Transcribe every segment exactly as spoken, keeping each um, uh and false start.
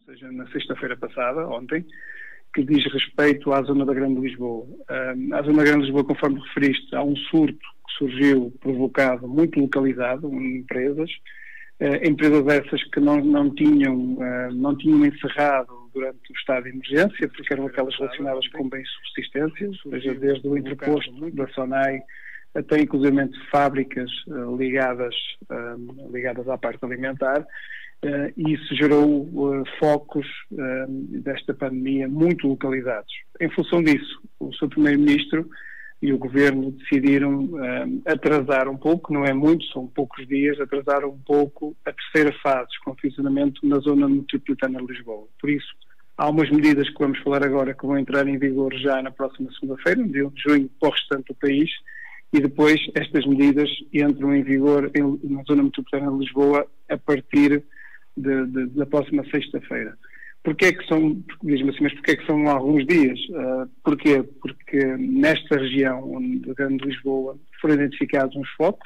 seja, na sexta-feira passada, ontem, que diz respeito à zona da Grande Lisboa. Uh, a zona da Grande Lisboa, conforme referiste, há um surto que surgiu provocado, muito localizado, em empresas, uh, empresas essas que não, não, tinham, uh, não tinham encerrado durante o estado de emergência, porque eram aquelas relacionadas com bens de subsistência, ou seja, desde o entreposto da SONAI até inclusive fábricas uh, ligadas, uh, ligadas à parte alimentar, uh, e isso gerou uh, focos uh, desta pandemia muito localizados. Em função disso, o seu Primeiro-Ministro e o Governo decidiram uh, atrasar um pouco, não é muito, são poucos dias, atrasar um pouco a terceira fase de condicionamento na zona metropolitana de Lisboa. Por isso, há umas medidas que vamos falar agora que vão entrar em vigor já na próxima segunda-feira, de junho, para o restante do país, e depois estas medidas entram em vigor em, na zona metropolitana de Lisboa a partir de, de, da próxima sexta-feira. Porquê é que são, diz-me assim, mas porquê é que são alguns dias? Uh, porquê? Porque nesta região de Grande Lisboa foram identificados uns focos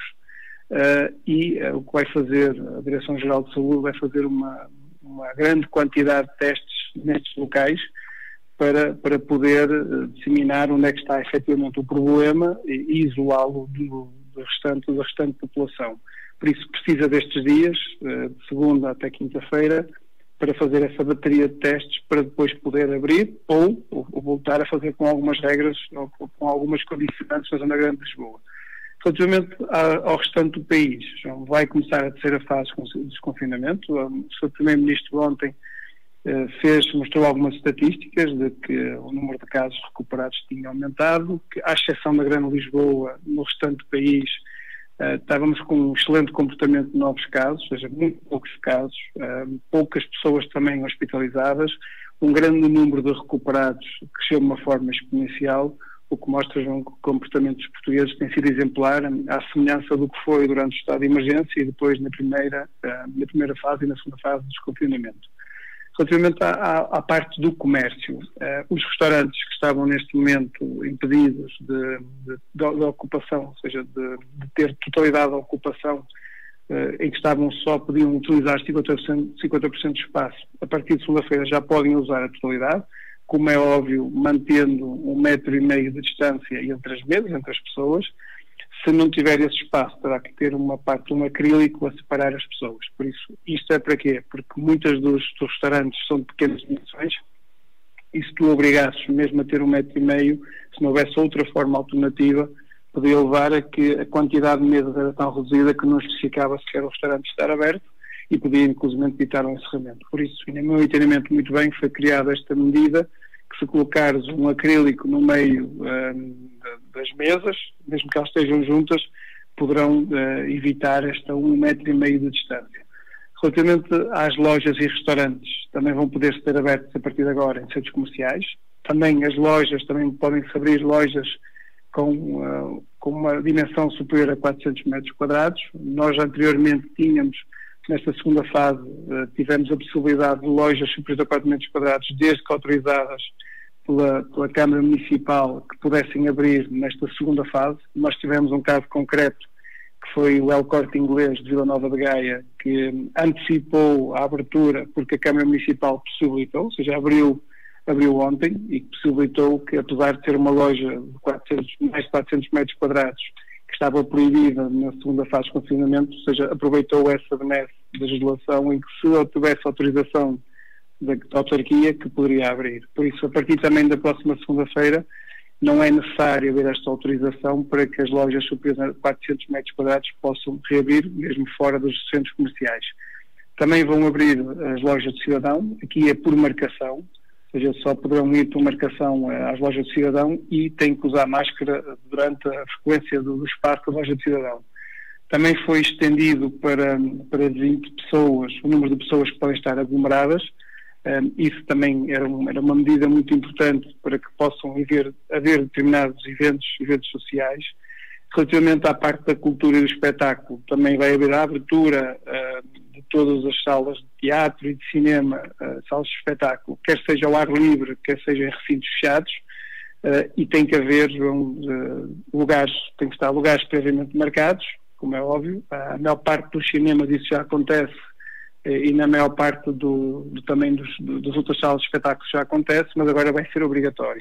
uh, e uh, o que vai fazer a Direção-Geral de Saúde vai fazer uma, uma grande quantidade de testes nestes locais para, para poder uh, disseminar onde é que está efetivamente o problema e, e isolá-lo do, do restante, da restante população. Por isso precisa destes dias, uh, de segunda até quinta-feira, para fazer essa bateria de testes para depois poder abrir ou, ou, ou voltar a fazer com algumas regras ou com algumas condicionantes na zona grande de Lisboa. Relativamente ao restante do país, vai começar a terceira fase de desconfinamento. O seu Primeiro-Ministro ontem fez, mostrou algumas estatísticas de que o número de casos recuperados tinha aumentado, que à exceção da Grande Lisboa, no restante do país, Uh, estávamos com um excelente comportamento de novos casos, ou seja, muito poucos casos, uh, poucas pessoas também hospitalizadas, um grande número de recuperados cresceu de uma forma exponencial, o que mostra que o comportamento dos portugueses tem sido exemplar, à semelhança do que foi durante o estado de emergência e depois na primeira, uh, na primeira fase e na segunda fase do desconfinamento. Relativamente à, à, à parte do comércio, uh, os restaurantes que estavam neste momento impedidos de, de, de, de ocupação, ou seja, de, de ter totalidade da ocupação, uh, em que estavam só, podiam utilizar cinquenta por cento, cinquenta por cento do espaço, a partir de segunda-feira já podem usar a totalidade, como é óbvio, mantendo um metro e meio de distância entre as mesas, entre as pessoas. Se não tiver esse espaço, terá que ter uma parte de um acrílico a separar as pessoas. Por isso, isto é para quê? Porque muitas dos, dos restaurantes são de pequenas dimensões e se tu obrigasses mesmo a ter um metro e meio, se não houvesse outra forma alternativa, poderia levar a que a quantidade de mesas era tão reduzida que não justificava sequer o restaurante estar aberto e podia inclusive evitar um encerramento. Por isso, no meu entendimento muito bem, foi criada esta medida que se colocares um acrílico no meio um, das mesas, mesmo que elas estejam juntas, poderão uh, evitar esta um metro e meio de distância. Relativamente às lojas e restaurantes, também vão poder ser abertos a partir de agora em centros comerciais. Também as lojas, também podem-se abrir lojas com, uh, com uma dimensão superior a quatrocentos metros quadrados. Nós anteriormente tínhamos, nesta segunda fase, uh, tivemos a possibilidade de lojas superiores a quatro metros quadrados, desde que autorizadas pela, pela Câmara Municipal, que pudessem abrir nesta segunda fase. Nós tivemos um caso concreto, que foi o El Corte Inglês de Vila Nova de Gaia, que antecipou a abertura porque a Câmara Municipal possibilitou, ou seja, abriu, abriu ontem, e que possibilitou que, apesar de ter uma loja de quatrocentos, mais de quatrocentos metros quadrados, que estava proibida na segunda fase de confinamento, ou seja, aproveitou essa benesse da legislação em que, se eu tivesse autorização da, da autarquia, que poderia abrir. Por isso, a partir também da próxima segunda-feira, não é necessário haver esta autorização para que as lojas superiores a quatrocentos metros quadrados possam reabrir, mesmo fora dos centros comerciais. Também vão abrir as lojas de cidadão, aqui é por marcação, ou seja, só poderão ir por marcação às lojas de cidadão e têm que usar máscara durante a frequência do, do espaço da loja de cidadão. Também foi estendido para, para vinte pessoas, o número de pessoas que podem estar aglomeradas. Um, isso também era, um, era uma medida muito importante para que possam haver, haver determinados eventos, eventos sociais. Relativamente à parte da cultura e do espetáculo, também vai haver a abertura uh, de todas as salas de teatro e de cinema, uh, salas de espetáculo, quer seja ao ar livre, quer seja em recintos fechados, uh, e tem que haver um, uh, lugares, tem que estar lugares previamente marcados, como é óbvio. A maior parte dos cinemas isso já acontece e na maior parte do, do, também dos, do, das outras salas de espetáculos já acontece, mas agora vai ser obrigatório.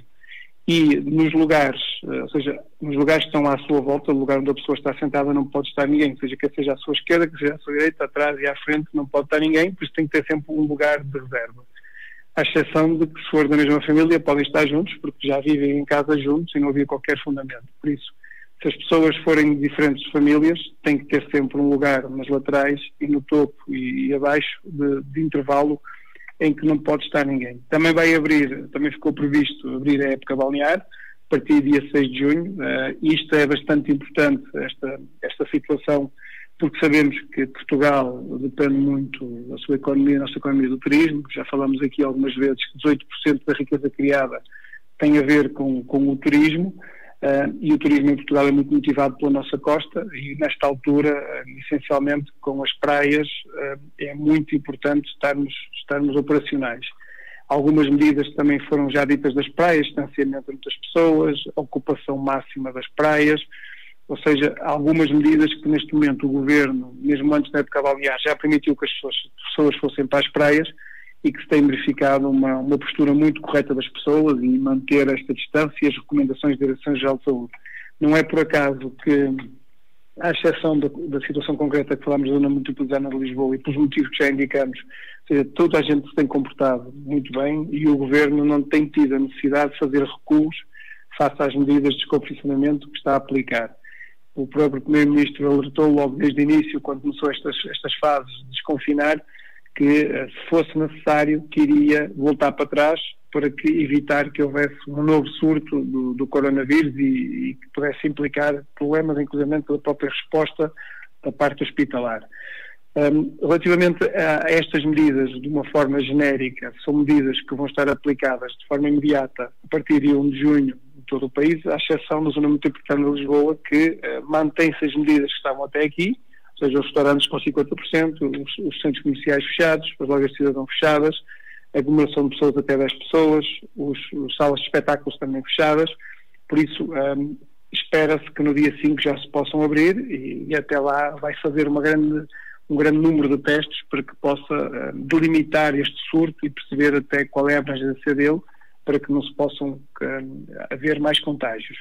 E nos lugares, ou seja, nos lugares que estão à sua volta, o lugar onde a pessoa está sentada não pode estar ninguém, ou seja, quer seja à sua esquerda, quer seja à sua direita, atrás e à frente, não pode estar ninguém, por isso tem que ter sempre um lugar de reserva. À exceção de que, se for da mesma família, podem estar juntos, porque já vivem em casa juntos e não havia qualquer fundamento. Por isso, se as pessoas forem de diferentes famílias, tem que ter sempre um lugar nas laterais e no topo e, e abaixo de, de intervalo em que não pode estar ninguém. Também vai abrir, também ficou previsto abrir a época balnear, a partir do dia seis de junho. Uh, isto é bastante importante, esta, esta situação, porque sabemos que Portugal depende muito da sua economia, da nossa economia do turismo. Já falamos aqui algumas vezes que dezoito por cento da riqueza criada tem a ver com, com o turismo. Uh, e o turismo em Portugal é muito motivado pela nossa costa e nesta altura, uh, essencialmente com as praias, uh, é muito importante estarmos, estarmos operacionais. Algumas medidas também foram já ditas das praias, distanciamento de muitas pessoas, ocupação máxima das praias, ou seja, algumas medidas que neste momento o Governo, mesmo antes da época balnear, já permitiu que as pessoas, pessoas fossem para as praias, e que se tem verificado uma, uma postura muito correta das pessoas e manter esta distância e as recomendações da Direção-Geral de Saúde. Não é por acaso que, à exceção da, da situação concreta que falámos da Zona Metropolitana de Lisboa e pelos motivos que já indicamos, ou seja, toda a gente se tem comportado muito bem e o Governo não tem tido a necessidade de fazer recuos face às medidas de desconfinamento que está a aplicar. O próprio Primeiro-Ministro alertou logo desde o início, quando começou estas, estas fases de desconfinar, que se fosse necessário que iria voltar para trás para que evitar que houvesse um novo surto do, do coronavírus e, e que pudesse implicar problemas, inclusive pela própria resposta da parte hospitalar. Um, relativamente a, a estas medidas, de uma forma genérica, são medidas que vão estar aplicadas de forma imediata a partir de um de junho em todo o país, à exceção da Zona Metropolitana de Lisboa, que uh, mantém-se as medidas que estavam até aqui, ou seja, os restaurantes com cinquenta por cento, os, os centros comerciais fechados, as lojas de cidadão fechadas, a aglomeração de pessoas até dez pessoas, os, os salas de espetáculos também fechadas. Por isso, um, espera-se que no dia cinco já se possam abrir e, e até lá vai fazer uma grande, um grande número de testes para que possa um, delimitar este surto e perceber até qual é a abrangência dele, para que não se possam um, haver mais contágios.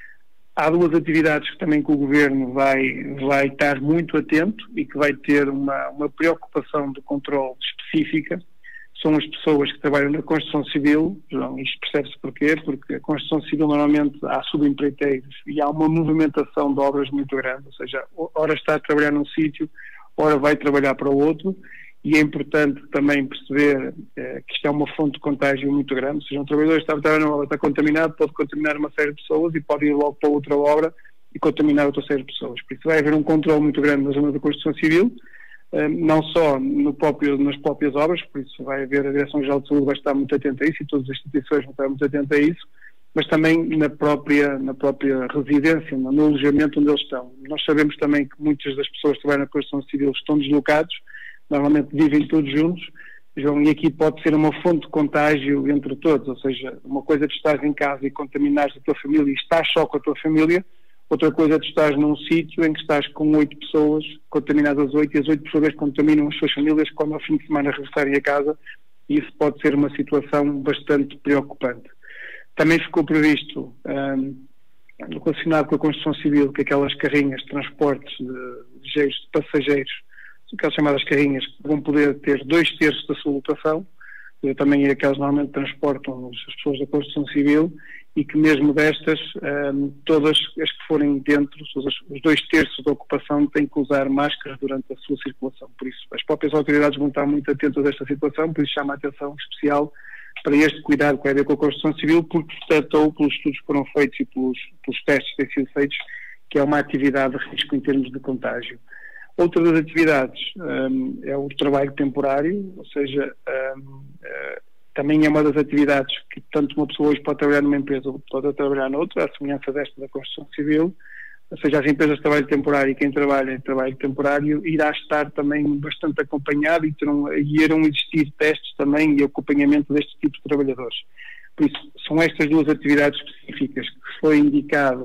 Há duas atividades que também que o Governo vai, vai estar muito atento e que vai ter uma, uma preocupação de controle específica. São as pessoas que trabalham na construção civil. João, isto percebe-se porquê? Porque a construção civil normalmente há subempreiteiros e há uma movimentação de obras muito grande, ou seja, ora está a trabalhar num sítio, ora vai trabalhar para o outro, e é importante também perceber eh, que isto é uma fonte de contágio muito grande, ou seja, um trabalhador está a trabalhar numa obra, está contaminado, pode contaminar uma série de pessoas e pode ir logo para outra obra e contaminar outra série de pessoas. Por isso vai haver um controle muito grande na zona da construção civil, eh, não só no próprio, nas próprias obras, por isso vai haver, a Direção-Geral de Saúde vai estar muito atenta a isso e todas as instituições vão estar muito atentas a isso, mas também na própria, na própria residência, no alojamento onde eles estão. Nós sabemos também que muitas das pessoas que trabalham na construção civil estão deslocados, normalmente vivem todos juntos, João, e aqui pode ser uma fonte de contágio entre todos, ou seja, uma coisa é tu estás em casa e contaminares a tua família e estás só com a tua família, outra coisa é tu estás num sítio em que estás com oito pessoas, contaminadas as oito, e as oito pessoas contaminam as suas famílias quando ao fim de semana regressarem a casa, e isso pode ser uma situação bastante preocupante. Também ficou previsto, um, relacionado com a construção civil, que aquelas carrinhas de transportes de, de, de passageiros, aquelas chamadas carrinhas, que vão poder ter dois terços da sua lotação, também é aquelas que normalmente transportam as pessoas da construção civil, e que mesmo destas, um, todas as que forem dentro, os dois terços da ocupação têm que usar máscaras durante a sua circulação. Por isso, as próprias autoridades vão estar muito atentas a esta situação, por isso chama a atenção especial para este cuidado que vai haver com a construção civil, porque detectou pelos estudos que foram feitos e pelos, pelos testes que têm sido feitos, que é uma atividade de risco em termos de contágio. Outra das atividades um, é o trabalho temporário, ou seja, um, uh, também é uma das atividades que tanto uma pessoa hoje pode trabalhar numa empresa ou pode trabalhar noutra, à semelhança desta da construção civil, ou seja, as empresas de trabalho temporário e quem trabalha em trabalho temporário irá estar também bastante acompanhado e, terão, e irão existir testes também e acompanhamento deste tipo de trabalhadores. Por isso, são estas duas atividades específicas que foi indicado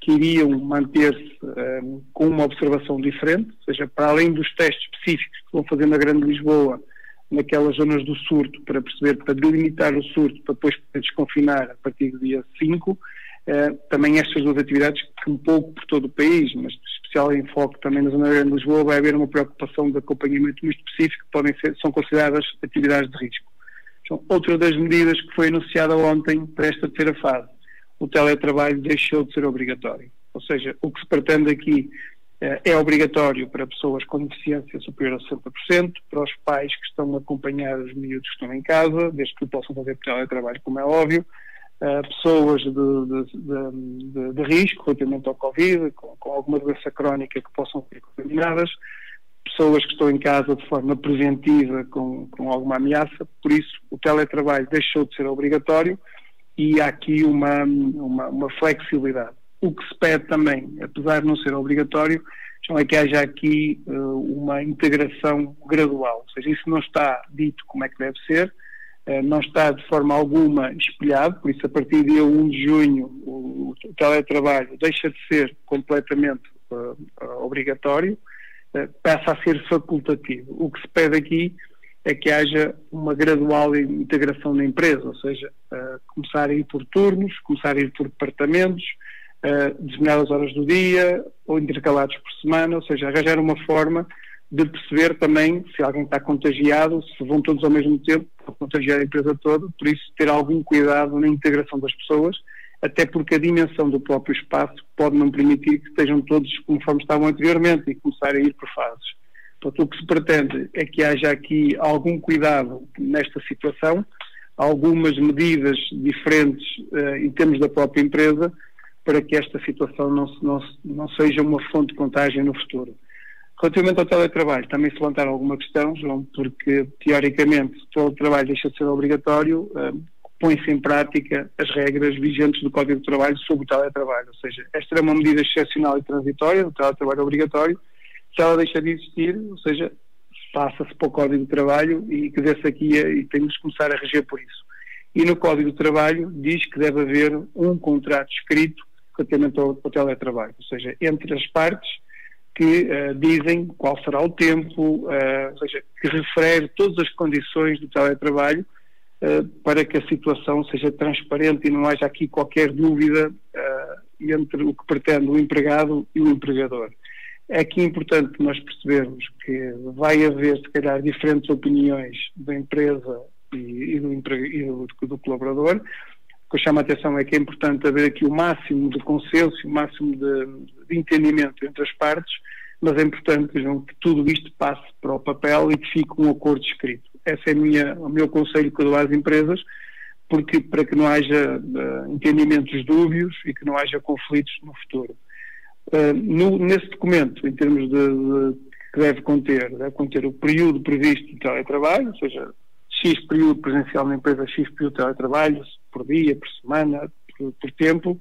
que iriam manter-se um, com uma observação diferente, ou seja, para além dos testes específicos que vão fazer na Grande Lisboa, naquelas zonas do surto, para perceber, para delimitar o surto, para depois poder desconfinar a partir do dia cinco, uh, também estas duas atividades, que um pouco por todo o país, mas especial em foco também na zona da Grande Lisboa, vai haver uma preocupação de acompanhamento muito específico, que podem ser, são consideradas atividades de risco. Então, outra das medidas que foi anunciada ontem para esta terceira fase, o teletrabalho deixou de ser obrigatório. Ou seja, o que se pretende aqui eh, é obrigatório para pessoas com deficiência superior a sessenta por cento, para os pais que estão a acompanhar os miúdos que estão em casa, desde que possam fazer teletrabalho, como é óbvio, eh, pessoas de, de, de, de, de risco relativamente ao Covid, com, com alguma doença crónica que possam ser contaminadas, pessoas que estão em casa de forma preventiva com, com alguma ameaça. Por isso, o teletrabalho deixou de ser obrigatório e há aqui uma, uma, uma flexibilidade. O que se pede também, apesar de não ser obrigatório, é que haja aqui uh, uma integração gradual, ou seja, isso não está dito como é que deve ser, uh, não está de forma alguma espelhado, por isso a partir do dia um de junho o, o teletrabalho deixa de ser completamente uh, uh, obrigatório, uh, passa a ser facultativo. O que se pede aqui é que haja uma gradual integração na empresa, ou seja, uh, começar a ir por turnos, começar a ir por departamentos, uh, determinadas horas do dia, ou intercalados por semana, ou seja, arranjar uma forma de perceber também se alguém está contagiado, se vão todos ao mesmo tempo, para contagiar a empresa toda, por isso ter algum cuidado na integração das pessoas, até porque a dimensão do próprio espaço pode não permitir que estejam todos conforme estavam anteriormente e começar a ir por fases. Portanto, o que se pretende é que haja aqui algum cuidado nesta situação, algumas medidas diferentes uh, em termos da própria empresa, para que esta situação não, se, não, se, não seja uma fonte de contágio no futuro. Relativamente ao teletrabalho, também se levantaram alguma questão, João, porque, teoricamente, se o teletrabalho deixa de ser obrigatório, uh, põe-se em prática as regras vigentes do Código de Trabalho sobre o teletrabalho. Ou seja, esta era uma medida excepcional e transitória, o teletrabalho obrigatório. Se ela deixa de existir, ou seja, passa-se para o Código de Trabalho e que desse aqui e temos que começar a reger por isso. E no Código de Trabalho diz que deve haver um contrato escrito relativamente ao, ao teletrabalho, ou seja, entre as partes que uh, dizem qual será o tempo, uh, ou seja, que refere todas as condições do teletrabalho uh, para que a situação seja transparente e não haja aqui qualquer dúvida uh, entre o que pretende o empregado e o empregador. É aqui importante nós percebermos que vai haver, se calhar, diferentes opiniões da empresa e, e, do, e do, do colaborador. O que eu chamo a atenção é que é importante haver aqui o máximo de consenso, o máximo de, de entendimento entre as partes, mas é importante João, que tudo isto passe para o papel e que fique um acordo escrito. Esse é a minha, o meu conselho que eu dou às empresas, porque, para que não haja uh, entendimentos dúbios e que não haja conflitos no futuro. Uh, no, nesse documento, em termos de, de que deve conter, deve conter o período previsto de teletrabalho, ou seja, X período presencial na empresa, X período de teletrabalho, por dia, por semana, por, por tempo.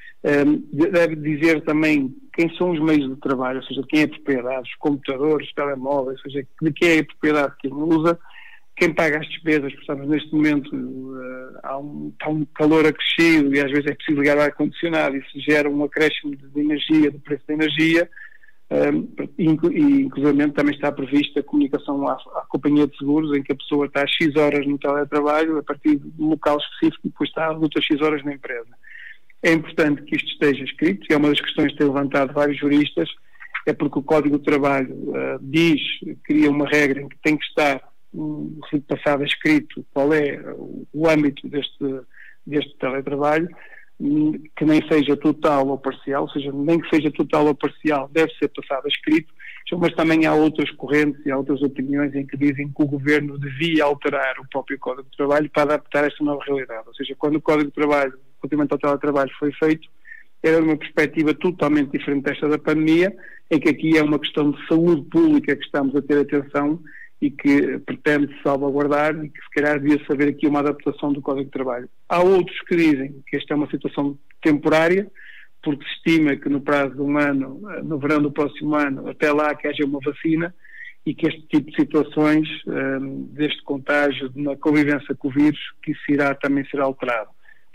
Um, deve dizer também quem são os meios de trabalho, ou seja, quem é a propriedade, os computadores, os telemóveis, ou seja, de quem é a propriedade que ele usa, quem paga as despesas, porque estamos neste momento, uh, há, um, há um calor acrescido e às vezes é preciso ligar o ar-condicionado, isso gera um acréscimo de energia, do preço da energia, um, e inclusive também está prevista a comunicação à, à companhia de seguros, em que a pessoa está X horas no teletrabalho, a partir de um local específico, e depois está outras X horas na empresa. É importante que isto esteja escrito, e é uma das questões que têm levantado vários juristas, é porque o Código do Trabalho uh, diz, cria uma regra em que tem que estar um, passado escrito qual é o, o âmbito deste, deste teletrabalho, que nem seja total ou parcial, ou seja, nem que seja total ou parcial deve ser passado escrito, mas também há outras correntes e há outras opiniões em que dizem que o Governo devia alterar o próprio Código de Trabalho para adaptar esta nova realidade. Ou seja, quando o Código de Trabalho, relativamente ao teletrabalho, foi feito, era uma perspectiva totalmente diferente desta da pandemia, em que aqui é uma questão de saúde pública que estamos a ter atenção e que pretende salvaguardar e que se calhar devia haver aqui uma adaptação do Código de Trabalho. Há outros que dizem que esta é uma situação temporária, porque se estima que no prazo de um ano, no verão do próximo ano, até lá que haja uma vacina e que este tipo de situações, um, deste contágio, na convivência com o vírus, que isso irá também ser alterado.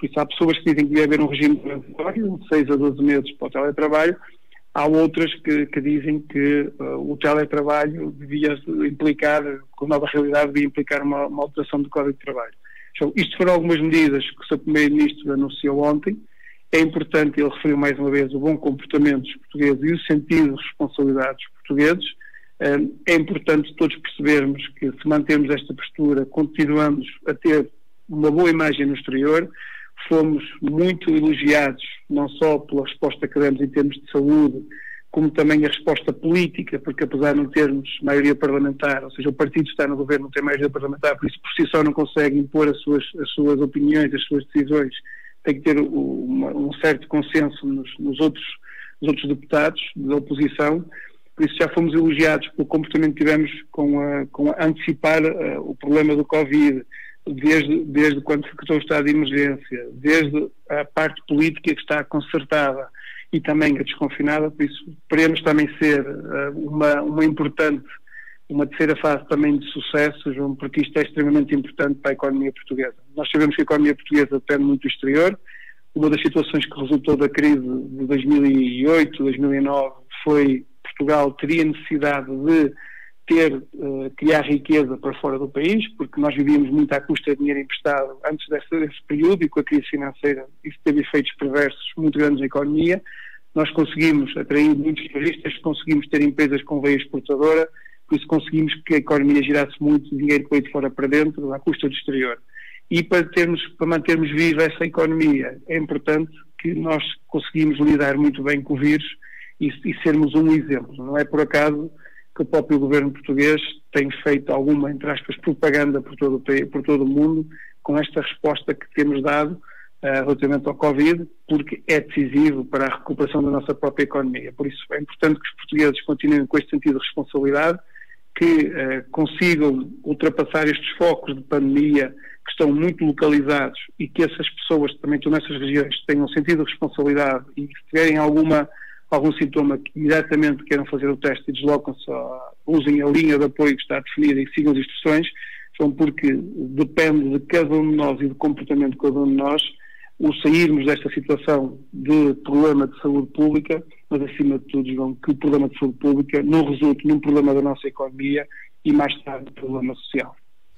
Por isso há pessoas que dizem que deve haver um regime transitório, de seis a doze meses para o teletrabalho. Há outras que, que dizem que uh, o teletrabalho devia implicar, com a nova realidade, devia implicar uma, uma alteração do Código de Trabalho. Então, isto foram algumas medidas que o seu Primeiro-Ministro anunciou ontem. É importante, ele referiu mais uma vez, o bom comportamento dos portugueses e o sentido de responsabilidade dos portugueses. Uh, é importante todos percebermos que, se mantermos esta postura, continuamos a ter uma boa imagem no exterior. Fomos muito elogiados, não só pela resposta que demos em termos de saúde, como também a resposta política, porque apesar de não termos maioria parlamentar, ou seja, o partido está no governo, não tem maioria parlamentar, por isso por si só não consegue impor as suas, as suas opiniões, as suas decisões, tem que ter o, uma, um certo consenso nos, nos, outros, nos outros deputados da oposição. Por isso já fomos elogiados pelo comportamento que tivemos com, a, com a antecipar uh, o problema do Covid, Desde, desde quando se decretou o estado de emergência, desde a parte política que está concertada e também a desconfinada. Por isso esperemos também ser uh, uma, uma importante, uma terceira fase também de sucesso, João, porque isto é extremamente importante para a economia portuguesa. Nós sabemos que a economia portuguesa depende muito do exterior. Uma das situações que resultou da crise de dois mil e oito, dois mil e nove foi que Portugal teria necessidade de ter, uh, criar riqueza para fora do país, porque nós vivíamos muito à custa de dinheiro emprestado antes desse, desse período, e com a crise financeira isso teve efeitos perversos muito grandes na economia. Nós conseguimos atrair muitos turistas, conseguimos ter empresas com veia exportadora, por isso conseguimos que a economia girasse muito dinheiro que veio de fora para dentro, à custa do exterior. E para, termos, para mantermos viva essa economia, é importante que nós conseguimos lidar muito bem com o vírus e, e sermos um exemplo. Não é por acaso que o próprio governo português tem feito alguma, entre aspas, propaganda por todo o, país, por todo o mundo, com esta resposta que temos dado uh, relativamente ao Covid, porque é decisivo para a recuperação da nossa própria economia. Por isso é importante que os portugueses continuem com este sentido de responsabilidade, que uh, consigam ultrapassar estes focos de pandemia que estão muito localizados, e que essas pessoas que também estão nessas regiões tenham sentido de responsabilidade, e se tiverem alguma algum sintoma que imediatamente queiram fazer o teste e deslocam-se, usem a linha de apoio que está definida e sigam as instruções, são porque depende de cada um de nós e do comportamento de cada um de nós o sairmos desta situação de problema de saúde pública, mas acima de tudo, João, que o problema de saúde pública não resulte num problema da nossa economia e mais tarde um problema social.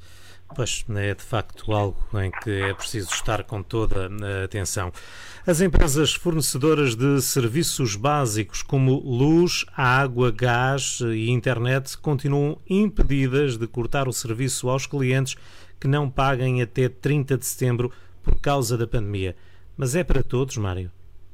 Pois, é de facto algo em que é preciso estar com toda a atenção. As empresas fornecedoras de serviços básicos como luz, água, gás e internet continuam impedidas de cortar o serviço aos clientes que não paguem até trinta de setembro por causa da pandemia. Mas é para todos, Mário?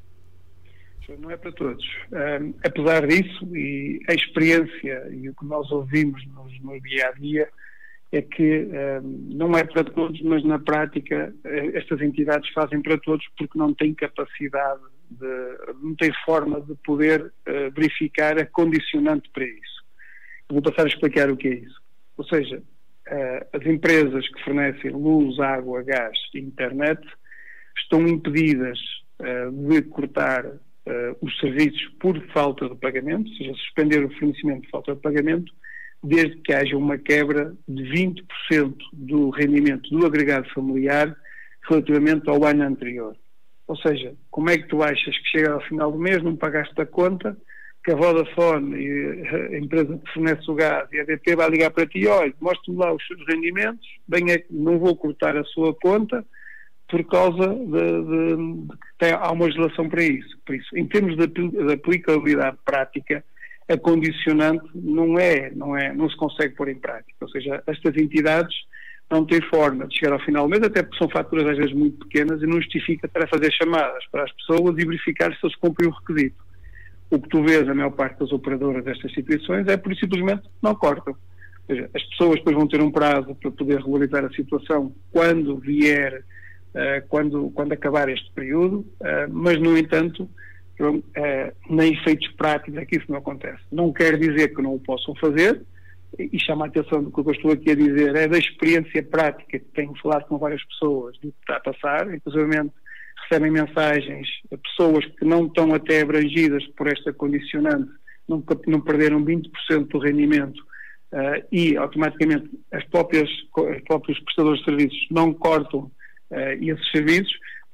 Não é para todos. Um, apesar disso, e a experiência e o que nós ouvimos no, no dia-a-dia, é que um, não é para todos, mas na prática estas entidades fazem para todos porque não têm capacidade, de, não têm forma de poder uh, verificar a condicionante para isso. Eu vou passar a explicar o que é isso. Ou seja, uh, as empresas que fornecem luz, água, gás e internet estão impedidas uh, de cortar uh, os serviços por falta de pagamento, ou seja, suspender o fornecimento por falta de pagamento, desde que haja uma quebra de vinte por cento do rendimento do agregado familiar relativamente ao ano anterior. Ou seja, como é que tu achas que chega ao final do mês, não pagaste a conta, que a Vodafone, a empresa que fornece o gás, e a D P vai ligar para ti, olha, mostre-me lá os seus rendimentos, bem é que não vou cortar a sua conta por causa de, de, de que tem, há uma legislação para isso. Por isso, em termos de, de aplicabilidade prática, a condicionante não é, não é, não se consegue pôr em prática. Ou seja, estas entidades não têm forma de chegar ao final do mês, até porque são faturas às vezes muito pequenas e não justifica para fazer chamadas para as pessoas e verificar se eles cumprem o requisito. O que tu vês, a maior parte das operadoras destas situações, é por simplesmente não cortam. Ou seja, as pessoas depois vão ter um prazo para poder regularizar a situação quando vier, uh, quando, quando acabar este período, uh, mas no entanto, Uh, nem efeitos práticos é que isso não acontece. Não quer dizer que não o possam fazer, e, e chama a atenção do que eu estou aqui a dizer, é da experiência prática que tenho falado com várias pessoas do que está a passar, inclusive recebem mensagens a pessoas que não estão até abrangidas por esta condicionante, não, não perderam vinte por cento do rendimento uh, e automaticamente as próprias, os próprios prestadores de serviços não cortam uh, esses serviços.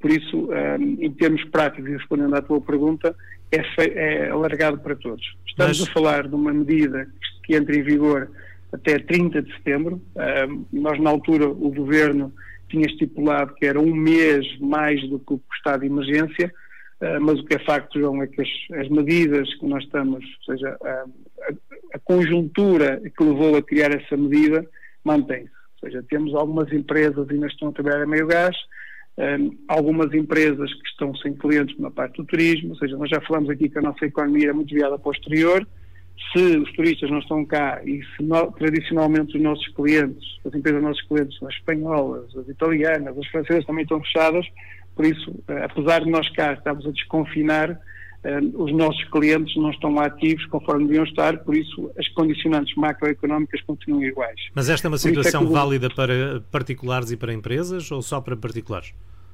Por isso, um, em termos práticos, e respondendo à tua pergunta, é, é alargado para todos. Estamos Mas... a falar de uma medida que entra em vigor até trinta de setembro. Um, nós, na altura, o Governo tinha estipulado que era um mês mais do que o estado de emergência, uh, mas o que é facto, João, é que as, as medidas que nós estamos, ou seja, a, a, a conjuntura que levou a criar essa medida mantém-se. Ou seja, temos algumas empresas que ainda estão a trabalhar a meio gás, um, algumas empresas que estão sem clientes na parte do turismo, ou seja, nós já falamos aqui que a nossa economia é muito virada para o exterior. Se os turistas não estão cá e se no, tradicionalmente os nossos clientes, as empresas dos nossos clientes, as espanholas, as italianas, as francesas também estão fechadas, por isso, uh, apesar de nós cá estarmos a desconfinar, uh, os nossos clientes não estão ativos conforme deviam estar, por isso as condicionantes macroeconómicas continuam iguais. Mas esta é uma situação é que... válida para particulares e para empresas ou só para particulares?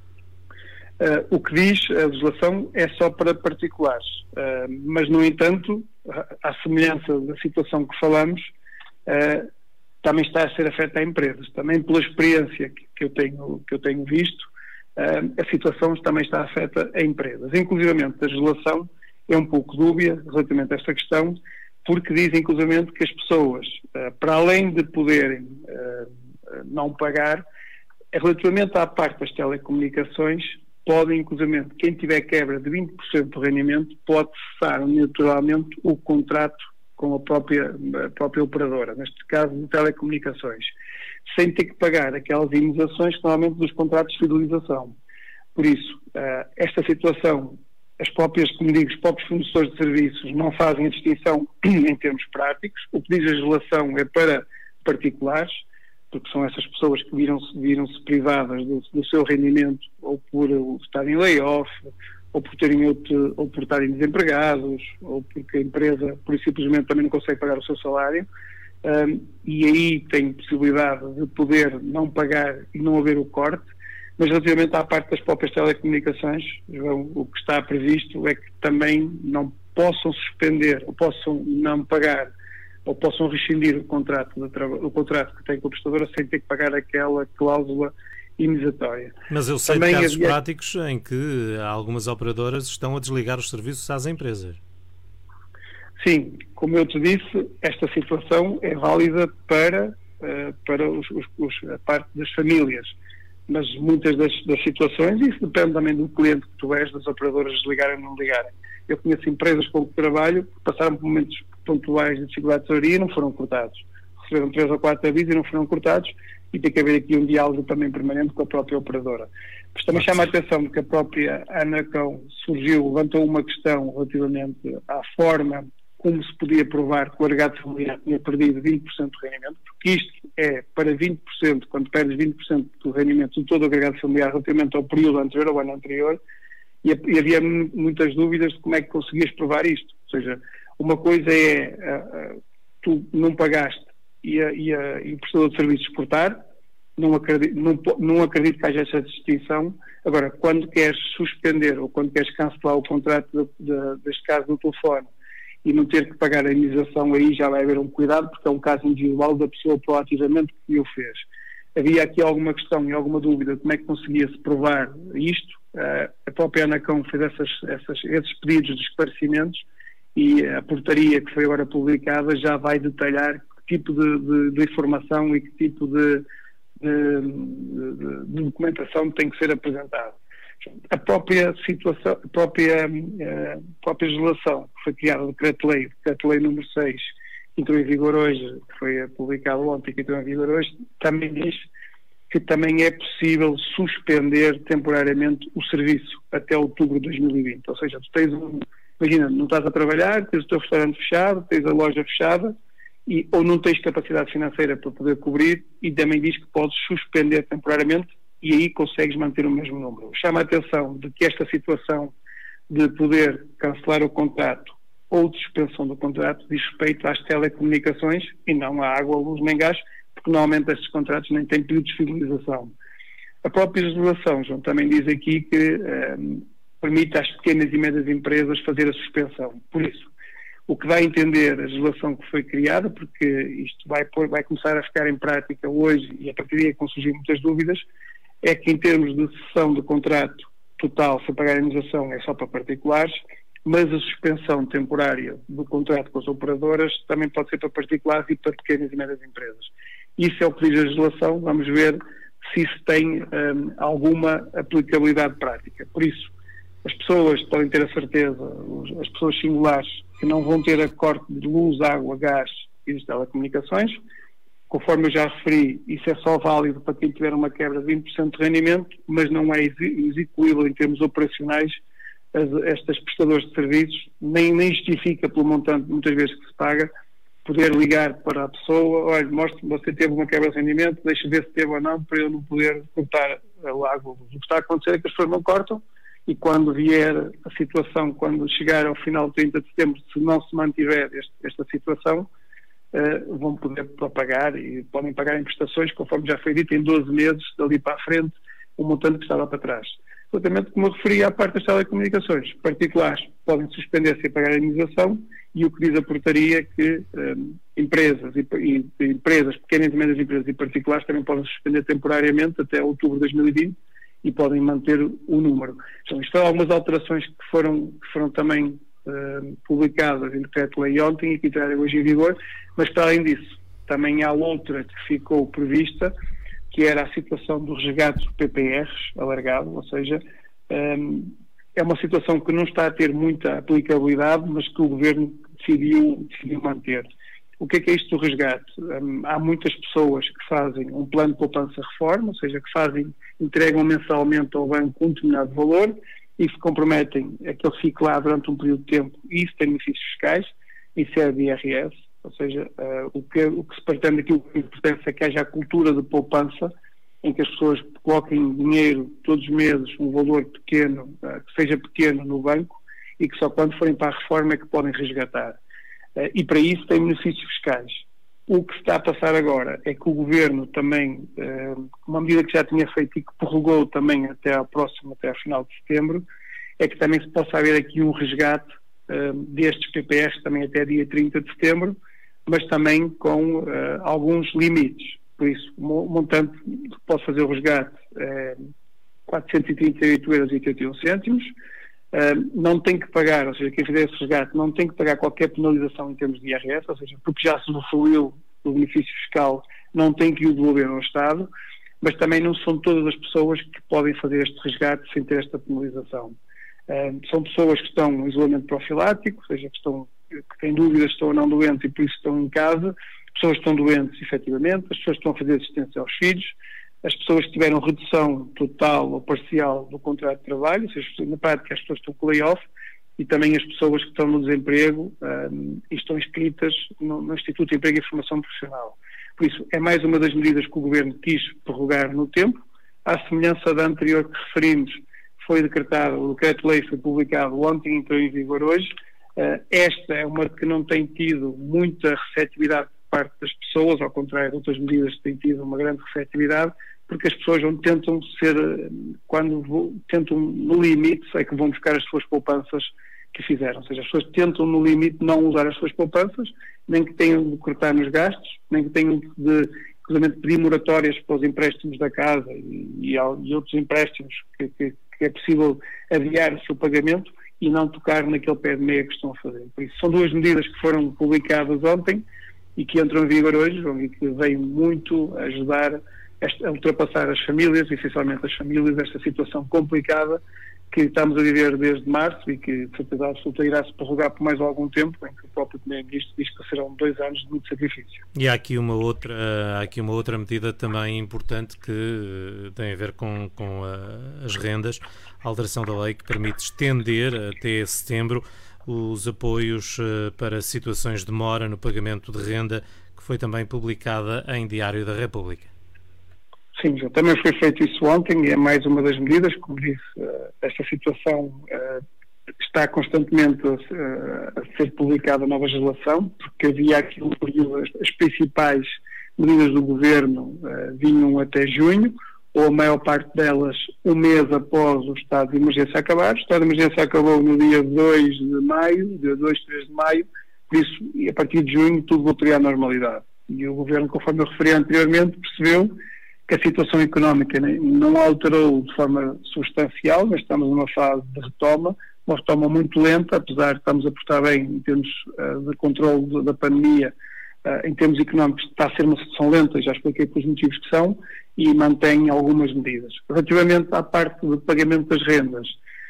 Uh, o que diz a legislação é só para particulares, uh, mas no entanto, à semelhança da situação que falamos, uh, também está a ser afeta a empresas. Também pela experiência que, que, eu, tenho, que eu tenho visto, uh, a situação também está afeta a empresas. Inclusivamente a legislação é um pouco dúbia relativamente a esta questão, porque diz inclusivamente que as pessoas, uh, para além de poderem uh, não pagar, relativamente à parte das telecomunicações, podem, inclusive, quem tiver quebra de vinte por cento do rendimento, pode cessar naturalmente o contrato com a própria, a própria operadora, neste caso de telecomunicações, sem ter que pagar aquelas indenizações que normalmente dos contratos de fidelização. Por isso, esta situação, as próprias, como digo, os próprios fornecedores de serviços não fazem a distinção em termos práticos. O que diz a legislação é para particulares, porque são essas pessoas que viram-se viram-se privadas do, do seu rendimento, ou por estarem em layoff, ou por terem outro, ou por estarem desempregados, ou porque a empresa, por simplesmente, também não consegue pagar o seu salário, um, e aí tem possibilidade de poder não pagar e não haver o corte. Mas relativamente à parte das próprias telecomunicações, João, o que está previsto é que também não possam suspender, ou possam não pagar, ou possam rescindir o contrato, de o contrato que tem com a prestadora sem ter que pagar aquela cláusula indenizatória. Mas eu sei também de casos havia... práticos em que algumas operadoras estão a desligar os serviços às empresas. Sim, como eu te disse, esta situação é válida para, uh, para os, os, os, a parte das famílias, mas muitas das, das situações, isso depende também do cliente que tu és, das operadoras desligarem ou não ligarem. Eu conheço empresas com que trabalho que passaram por momentos pontuais de dificuldade de tesouraria e não foram cortados. Receberam três ou quatro avisos e não foram cortados, e tem que haver aqui um diálogo também permanente com a própria operadora. Mas também chama a atenção de que a própria Anacom surgiu, levantou uma questão relativamente à forma como se podia provar que o agregado familiar tinha perdido vinte por cento do rendimento, porque isto é para vinte por cento, quando perdes vinte por cento do rendimento de todo o agregado familiar relativamente ao período anterior, ao ano anterior, e havia muitas dúvidas de como é que conseguias provar isto. Ou seja, uma coisa é uh, uh, tu não pagaste e, a, e, a, e o prestador de serviços exportar, não acredito, não, não acredito que haja essa distinção. Agora, quando queres suspender ou quando queres cancelar o contrato, de, de, deste caso do telefone, e não ter que pagar a indenização, aí já vai haver um cuidado, porque é um caso individual da pessoa proativamente que o fez. Havia aqui alguma questão e alguma dúvida de como é que conseguia-se provar isto. Uh, a própria Anacom fez essas, essas, esses pedidos de esclarecimentos, e a portaria que foi agora publicada já vai detalhar que tipo de, de, de informação e que tipo de, de, de, de documentação tem que ser apresentada. A própria situação, a própria, a própria legislação que foi criada, o decreto-lei, o decreto-lei número seis, que entrou em vigor hoje, que foi publicado ontem, que entrou em vigor hoje, também diz que também é possível suspender temporariamente o serviço até outubro de dois mil e vinte. Ou seja, tu tens um, imagina, não estás a trabalhar, tens o teu restaurante fechado, tens a loja fechada, e, ou não tens capacidade financeira para poder cobrir, e também diz que podes suspender temporariamente, e aí consegues manter o mesmo número. Chama a atenção de que esta situação de poder cancelar o contrato ou de suspensão do contrato diz respeito às telecomunicações e não à água, luz nem gás, porque normalmente estes contratos nem têm período de fidelização. A própria legislação, João, também diz aqui que um, permite às pequenas e médias empresas fazer a suspensão. Por isso, o que dá a entender a legislação que foi criada, porque isto vai, pôr, vai começar a ficar em prática hoje e a partir daí vão surgir muitas dúvidas, é que em termos de cessão de contrato total, sem pagar a indenização, é só para particulares, mas a suspensão temporária do contrato com as operadoras também pode ser para particulares e para pequenas e médias empresas. Isso é o que diz a legislação, vamos ver se isso tem um, alguma aplicabilidade prática. Por isso, as pessoas podem ter a certeza, as pessoas singulares, que não vão ter a corte de luz, água, gás e de telecomunicações. Conforme eu já referi, isso é só válido para quem tiver uma quebra de vinte por cento de rendimento, mas não é execuível em termos operacionais as, estas prestadores de serviços, nem, nem justifica pelo montante muitas vezes que se paga, poder ligar para a pessoa, olha, mostre-me, você teve uma quebra de rendimento, deixe ver se teve ou não, para eu não poder cortar a água. O que está a acontecer é que as pessoas não cortam, e quando vier a situação, quando chegar ao final de trinta de setembro, se não se mantiver este, esta situação, uh, vão poder pagar e podem pagar em prestações, conforme já foi dito, em doze meses, dali para a frente, o montante que estava para trás. Exatamente como eu referi à parte das telecomunicações. Particulares podem suspender sem pagar a indenização, e o que diz a portaria é que um, empresas, e, e, empresas, pequenas e médias empresas e particulares também podem suspender temporariamente até outubro de dois mil e vinte e podem manter o número. Então, isto foram algumas alterações que foram, que foram também uh, publicadas em decreto-lei ontem e que entraram hoje em vigor, mas para além disso, também há outra que ficou prevista, que era a situação do resgate do P P Rs alargado, ou seja, um, é uma situação que não está a ter muita aplicabilidade, mas que o Governo decidiu, decidiu manter. O que é que é isto do resgate? Um, há muitas pessoas que fazem um plano de poupança-reforma, ou seja, que fazem, entregam mensalmente ao banco um determinado valor e se comprometem a que ele fique lá durante um período de tempo, e isso tem benefícios fiscais, isso é de I R S, ou seja, uh, o, que, o que se pretende aqui, o que importa é que haja a cultura de poupança, em que as pessoas coloquem dinheiro todos os meses, um valor pequeno, uh, que seja pequeno no banco, e que só quando forem para a reforma é que podem resgatar. Uh, e para isso tem benefícios fiscais. O que se está a passar agora é que o Governo também, uh, uma medida que já tinha feito e que prorrogou também até ao próximo, até ao final de setembro, é que também se possa haver aqui um resgate uh, destes P P Rs também até dia trinta de setembro, mas também com uh, alguns limites. Por isso, o montante que pode fazer o resgate é quatrocentos e trinta e oito euros e oitenta e um cêntimos. Uh, não tem que pagar, ou seja, quem fizer esse resgate não tem que pagar qualquer penalização em termos de I R S, ou seja, porque já se usufruiu do benefício fiscal, não tem que o devolver ao Estado, mas também não são todas as pessoas que podem fazer este resgate sem ter esta penalização. Uh, são pessoas que estão em isolamento profilático, ou seja, que, estão, que têm dúvidas se estão ou não doentes e por isso estão em casa, pessoas que estão doentes efetivamente, as pessoas que estão a fazer assistência aos filhos, as pessoas que tiveram redução total ou parcial do contrato de trabalho, ou seja, na prática as pessoas que estão com layoff, e também as pessoas que estão no desemprego um, e estão inscritas no, no Instituto de Emprego e Formação Profissional. Por isso, é mais uma das medidas que o Governo quis prorrogar no tempo, à semelhança da anterior que referimos, foi decretado, o decreto-lei foi publicado ontem, entrou em vigor hoje. Uh, esta é uma que não tem tido muita receptividade por parte das pessoas, ao contrário de outras medidas que têm tido uma grande receptividade, porque as pessoas não tentam ser, quando vou, tentam no limite, é que vão buscar as suas poupanças que fizeram. Ou seja, as pessoas tentam no limite não usar as suas poupanças, nem que tenham de cortar nos gastos, nem que tenham de, inclusive, pedir moratórias para os empréstimos da casa e, e, e outros empréstimos que, que, que é possível adiar o seu pagamento e não tocar naquele pé de meia que estão a fazer. Por isso, são duas medidas que foram publicadas ontem e que entram em vigor hoje e que vêm muito ajudar a ultrapassar as famílias, essencialmente as famílias, esta situação complicada que estamos a viver desde março e que, de certeza absoluta, irá se prorrogar por mais algum tempo, em que o próprio Primeiro-Ministro diz que serão dois anos de muito sacrifício. E há aqui uma outra, há aqui uma outra medida também importante que tem a ver com, com a, as rendas, a alteração da lei que permite estender até setembro os apoios para situações de demora no pagamento de renda, que foi também publicada em Diário da República. Sim, já também foi feito isso ontem e é mais uma das medidas. Como disse, esta situação está constantemente a ser publicada a nova legislação, porque havia aqui um período, as principais medidas do Governo vinham até junho, ou a maior parte delas um mês após o estado de emergência acabar. O estado de emergência acabou no dia dois de maio, dia dois, três de maio, por isso, e a partir de junho, tudo voltaria à normalidade. E o Governo, conforme eu referi anteriormente, percebeu que a situação económica não alterou de forma substancial, mas estamos numa fase de retoma, uma retoma muito lenta, apesar de estarmos a portar bem em termos uh, de controle da pandemia, uh, em termos económicos está a ser uma situação lenta, já expliquei pelos motivos que são, e mantém algumas medidas. Relativamente à parte do pagamento das rendas,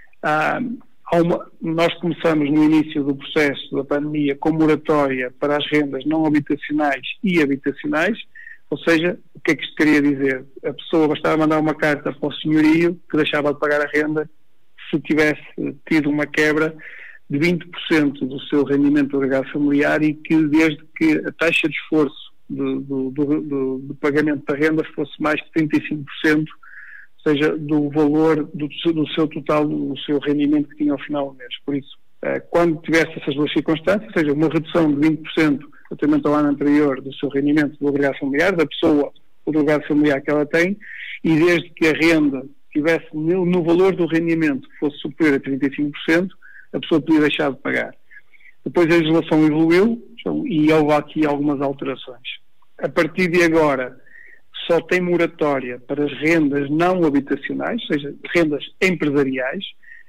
uh, há uma, nós começamos no início do processo da pandemia com moratória para as rendas não habitacionais e habitacionais, ou seja, o que é que isto queria dizer? A pessoa bastava mandar uma carta para o senhorio que deixava de pagar a renda se tivesse tido uma quebra de vinte por cento do seu rendimento agregado familiar e que desde que a taxa de esforço do, do, do, do, do pagamento da renda fosse mais que trinta e cinco por cento, ou seja, do valor do, do seu total, do seu rendimento que tinha ao final do mês. Por isso, quando tivesse essas duas circunstâncias, ou seja, uma redução de vinte por cento relativamente ao ano anterior do seu rendimento do agregado familiar, da pessoa, o agregado familiar que ela tem, e desde que a renda tivesse no, no valor do rendimento que fosse superior a trinta e cinco por cento, a pessoa podia deixar de pagar. Depois a legislação evoluiu e houve aqui algumas alterações. A partir de agora, só tem moratória para as rendas não habitacionais, ou seja, rendas empresariais.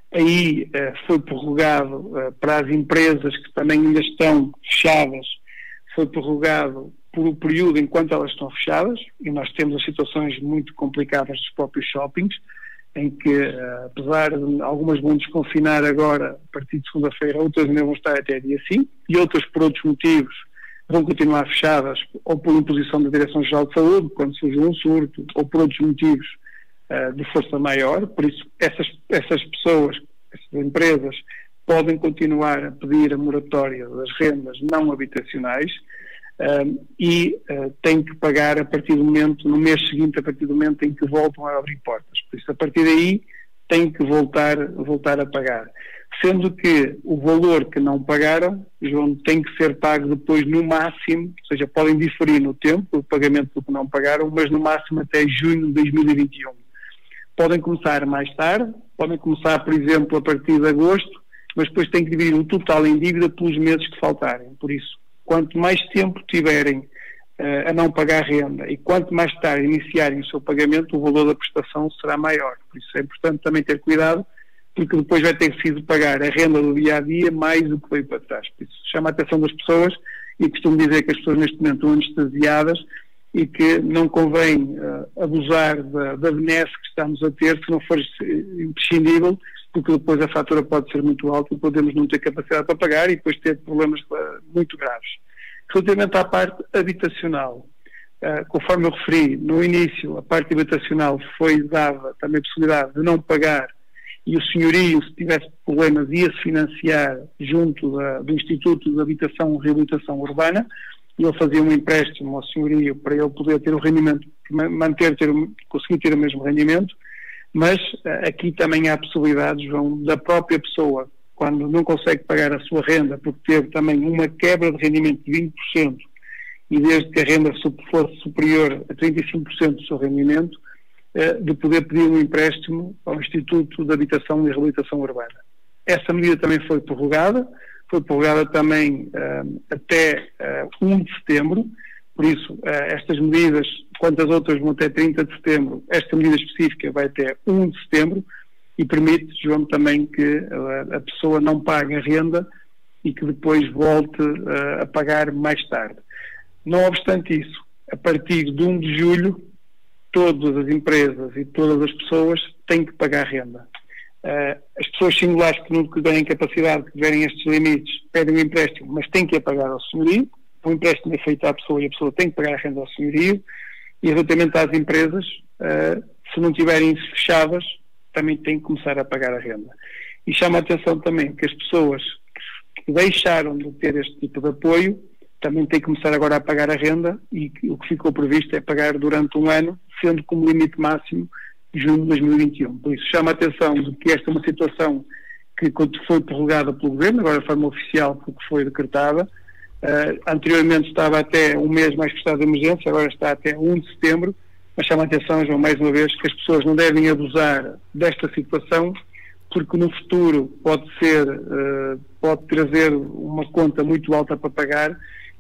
Aí eh, foi prorrogado eh, para as empresas que também ainda estão fechadas, foi prorrogado por um período enquanto elas estão fechadas, e nós temos as situações muito complicadas dos próprios shoppings, em que, uh, apesar de algumas vão desconfinar agora, a partir de segunda-feira, outras ainda vão estar até dia cinco, e outras, por outros motivos, vão continuar fechadas, ou por imposição da Direção-Geral de Saúde, quando surgiu um surto, ou por outros motivos uh, de força maior. Por isso, essas, essas pessoas, essas empresas, podem continuar a pedir a moratória das rendas não habitacionais um, e uh, têm que pagar a partir do momento, no mês seguinte, a partir do momento em que voltam a abrir portas. Por isso, a partir daí, têm que voltar, voltar a pagar. Sendo que o valor que não pagaram, João, tem que ser pago depois no máximo, ou seja, podem diferir no tempo o pagamento do que não pagaram, mas no máximo até junho de dois mil e vinte e um. Podem começar mais tarde, podem começar, por exemplo, a partir de agosto, mas depois têm que dividir o total em dívida pelos meses que faltarem. Por isso, quanto mais tempo tiverem uh, a não pagar renda e quanto mais tarde iniciarem o seu pagamento, o valor da prestação será maior. Por isso é importante também ter cuidado, porque depois vai ter sido pagar a renda do dia-a-dia mais do que veio para trás. Por isso chama a atenção das pessoas, e costumo dizer que as pessoas neste momento estão anestesiadas e que não convém uh, abusar da, da benesse que estamos a ter se não for imprescindível, porque depois a fatura pode ser muito alta e podemos não ter capacidade para pagar e depois ter problemas uh, muito graves. Relativamente à parte habitacional, uh, conforme eu referi, no início a parte habitacional foi dada também a possibilidade de não pagar, e o senhorio, se tivesse problemas, ia-se financiar junto da, do Instituto de Habitação e Reabilitação Urbana, e ele fazia um empréstimo ao senhorio para ele poder ter o rendimento, manter, ter, conseguir ter o mesmo rendimento. Mas aqui também há possibilidades, João, da própria pessoa, quando não consegue pagar a sua renda, porque teve também uma quebra de rendimento de vinte por cento, e desde que a renda fosse superior a trinta e cinco por cento do seu rendimento, de poder pedir um empréstimo ao Instituto de Habitação e Reabilitação Urbana. Essa medida também foi prorrogada, foi prorrogada também uh, até uh, um de setembro, por isso, uh, estas medidas, quanto as outras vão até trinta de setembro, esta medida específica vai até um de setembro e permite, João, também que uh, a pessoa não pague a renda e que depois volte uh, a pagar mais tarde. Não obstante isso, a partir de um de julho, todas as empresas e todas as pessoas têm que pagar renda. Uh, as pessoas singulares que não têm capacidade, que tiverem estes limites, pedem um empréstimo, mas têm que a pagar ao senhorio. O empréstimo é feito à pessoa e a pessoa tem que pagar a renda ao senhorio. E relativamente às empresas, uh, se não tiverem fechadas, também têm que começar a pagar a renda. E chama a atenção também que as pessoas que deixaram de ter este tipo de apoio também têm que começar agora a pagar a renda, e o que ficou previsto é pagar durante um ano, sendo como limite máximo junho de dois mil e vinte e um. Por isso chama a atenção de que esta é uma situação que foi prorrogada pelo Governo, agora de forma oficial porque foi decretada. Uh, anteriormente estava até um mês mais que estado de emergência, agora está até um de setembro, mas chama a atenção, João, mais uma vez, que as pessoas não devem abusar desta situação, porque no futuro pode ser, uh, pode trazer uma conta muito alta para pagar,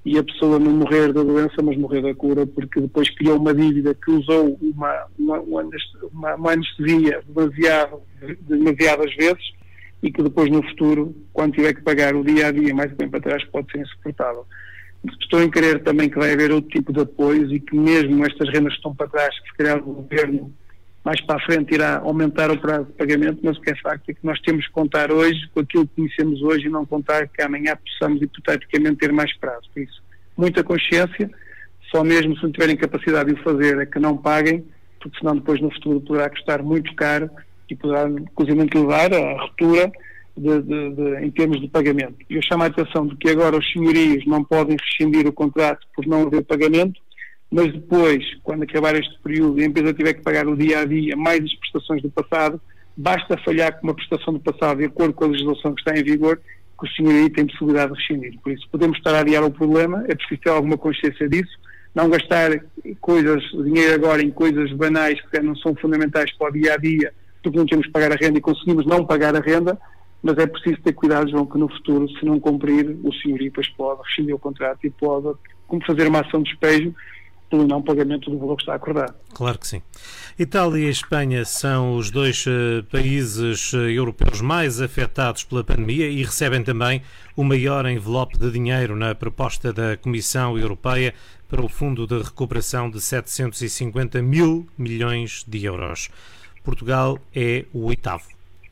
e a pessoa não morrer da doença, mas morrer da cura, porque depois criou uma dívida que usou uma, uma, uma, uma anestesia demasiado, demasiadas vezes, e que depois no futuro, quando tiver que pagar o dia a dia mais bem para trás, pode ser insuportável. Estou em crer também que vai haver outro tipo de apoios e que mesmo estas rendas que estão para trás, que se calhar o governo mais para a frente irá aumentar o prazo de pagamento, mas o que é facto é que nós temos que contar hoje com aquilo que conhecemos hoje e não contar que amanhã possamos hipoteticamente ter mais prazo. Por isso, muita consciência, só mesmo se não tiverem capacidade de o fazer é que não paguem, porque senão depois no futuro poderá custar muito caro e poderá inclusive levar à ruptura de, de, de, em termos de pagamento. E eu chamo a atenção de que agora os senhorios não podem rescindir o contrato por não haver pagamento, mas depois, quando acabar este período e a empresa tiver que pagar o dia a dia mais as prestações do passado, basta falhar com uma prestação do passado de acordo com a legislação que está em vigor, que o senhorio tem possibilidade de rescindir. Por isso, podemos estar a adiar o problema, é preciso ter alguma consciência disso, não gastar coisas, dinheiro agora em coisas banais que não são fundamentais para o dia a dia, porque não temos que pagar a renda e conseguimos não pagar a renda, mas é preciso ter cuidado, João, que no futuro, se não cumprir, o senhorio depois pode rescindir o contrato e pode como fazer uma ação de despejo pelo não pagamento do valor que está acordado. Claro que sim. Itália e Espanha são os dois uh, países uh, europeus mais afetados pela pandemia e recebem também o maior envelope de dinheiro na proposta da Comissão Europeia para o Fundo de Recuperação de setecentos e cinquenta mil milhões de euros. Portugal é o oitavo.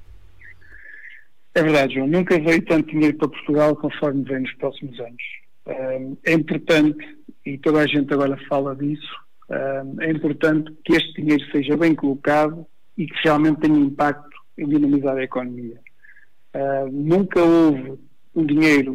É verdade, João. Nunca veio tanto dinheiro para Portugal conforme vem nos próximos anos. É importante, e toda a gente agora fala disso, é importante que este dinheiro seja bem colocado e que realmente tenha impacto em dinamizar a economia. Nunca houve um dinheiro,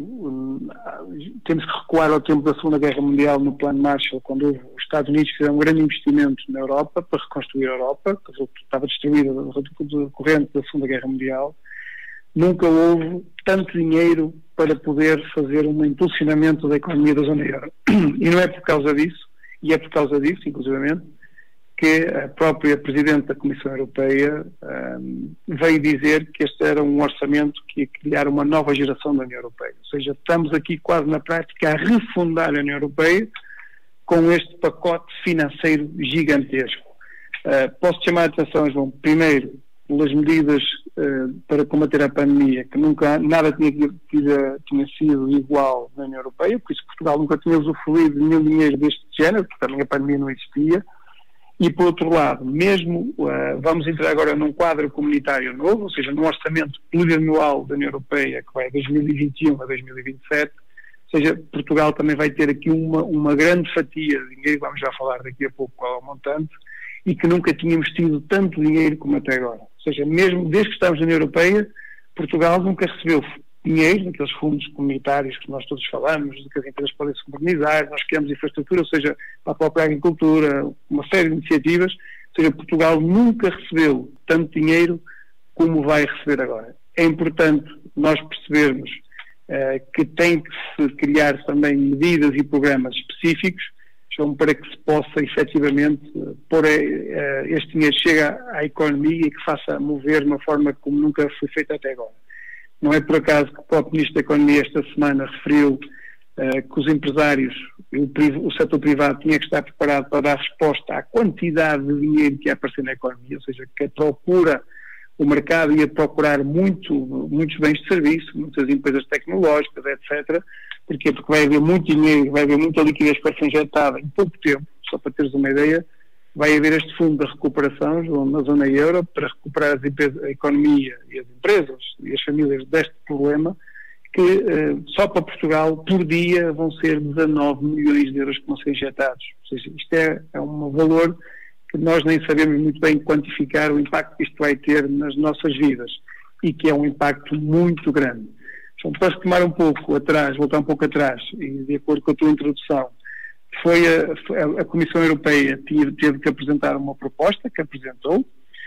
temos que recuar ao tempo da Segunda Guerra Mundial no Plano Marshall, quando houve, os Estados Unidos fizeram um grande investimento na Europa para reconstruir a Europa, que estava destruída do corrente da Segunda Guerra Mundial. Nunca houve tanto dinheiro para poder fazer um impulsionamento da economia da zona euro. E não é por causa disso, e é por causa disso, inclusivamente, que a própria Presidente da Comissão Europeia um, veio dizer que este era um orçamento que ia criar uma nova geração da União Europeia. Ou seja, estamos aqui quase na prática a refundar a União Europeia com este pacote financeiro gigantesco. Uh, posso chamar a atenção, João, primeiro, pelas medidas uh, para combater a pandemia, que nunca, nada tinha, tinha, tinha sido igual na União Europeia, por isso Portugal nunca tinha usufruído de nenhum dinheiro deste género, porque também a pandemia não existia. E, por outro lado, mesmo uh, vamos entrar agora num quadro comunitário novo, ou seja, num orçamento plurianual da União Europeia, que vai de dois mil e vinte e um a dois mil e vinte e sete, ou seja, Portugal também vai ter aqui uma, uma grande fatia de dinheiro, vamos já falar daqui a pouco qual é o montante, e que nunca tínhamos tido tanto dinheiro como até agora. Ou seja, mesmo desde que estamos na União Europeia, Portugal nunca recebeu dinheiro, naqueles fundos comunitários que nós todos falamos, de que as empresas podem se modernizar, nós criamos infraestrutura, ou seja, para a própria agricultura, uma série de iniciativas. Ou seja, Portugal nunca recebeu tanto dinheiro como vai receber agora. É importante nós percebermos uh, que tem que se criar também medidas e programas específicos para que se possa efetivamente pôr este dinheiro chega à economia e que faça mover de uma forma como nunca foi feita até agora. Não é por acaso que o próprio Ministro da Economia esta semana referiu uh, que os empresários, o, o setor privado tinha que estar preparado para dar resposta à quantidade de dinheiro que ia aparecer na economia, ou seja, que a procura, o mercado ia procurar muito, muitos bens de serviço, muitas empresas tecnológicas, etcétera. Porquê? Porque vai haver muito dinheiro, vai haver muita liquidez para ser injetada em pouco tempo, só para teres uma ideia. Vai haver este fundo de recuperação na zona euro para recuperar as empresas, a economia e as empresas e as famílias deste problema, que eh, só para Portugal, por dia, vão ser dezanove milhões de euros que vão ser injetados. Ou seja, isto é, é um valor que nós nem sabemos muito bem quantificar o impacto que isto vai ter nas nossas vidas e que é um impacto muito grande. Então, para retomar um pouco atrás, voltar um pouco atrás, e de acordo com a tua introdução, foi a, a Comissão Europeia teve, teve que apresentar uma proposta, que apresentou.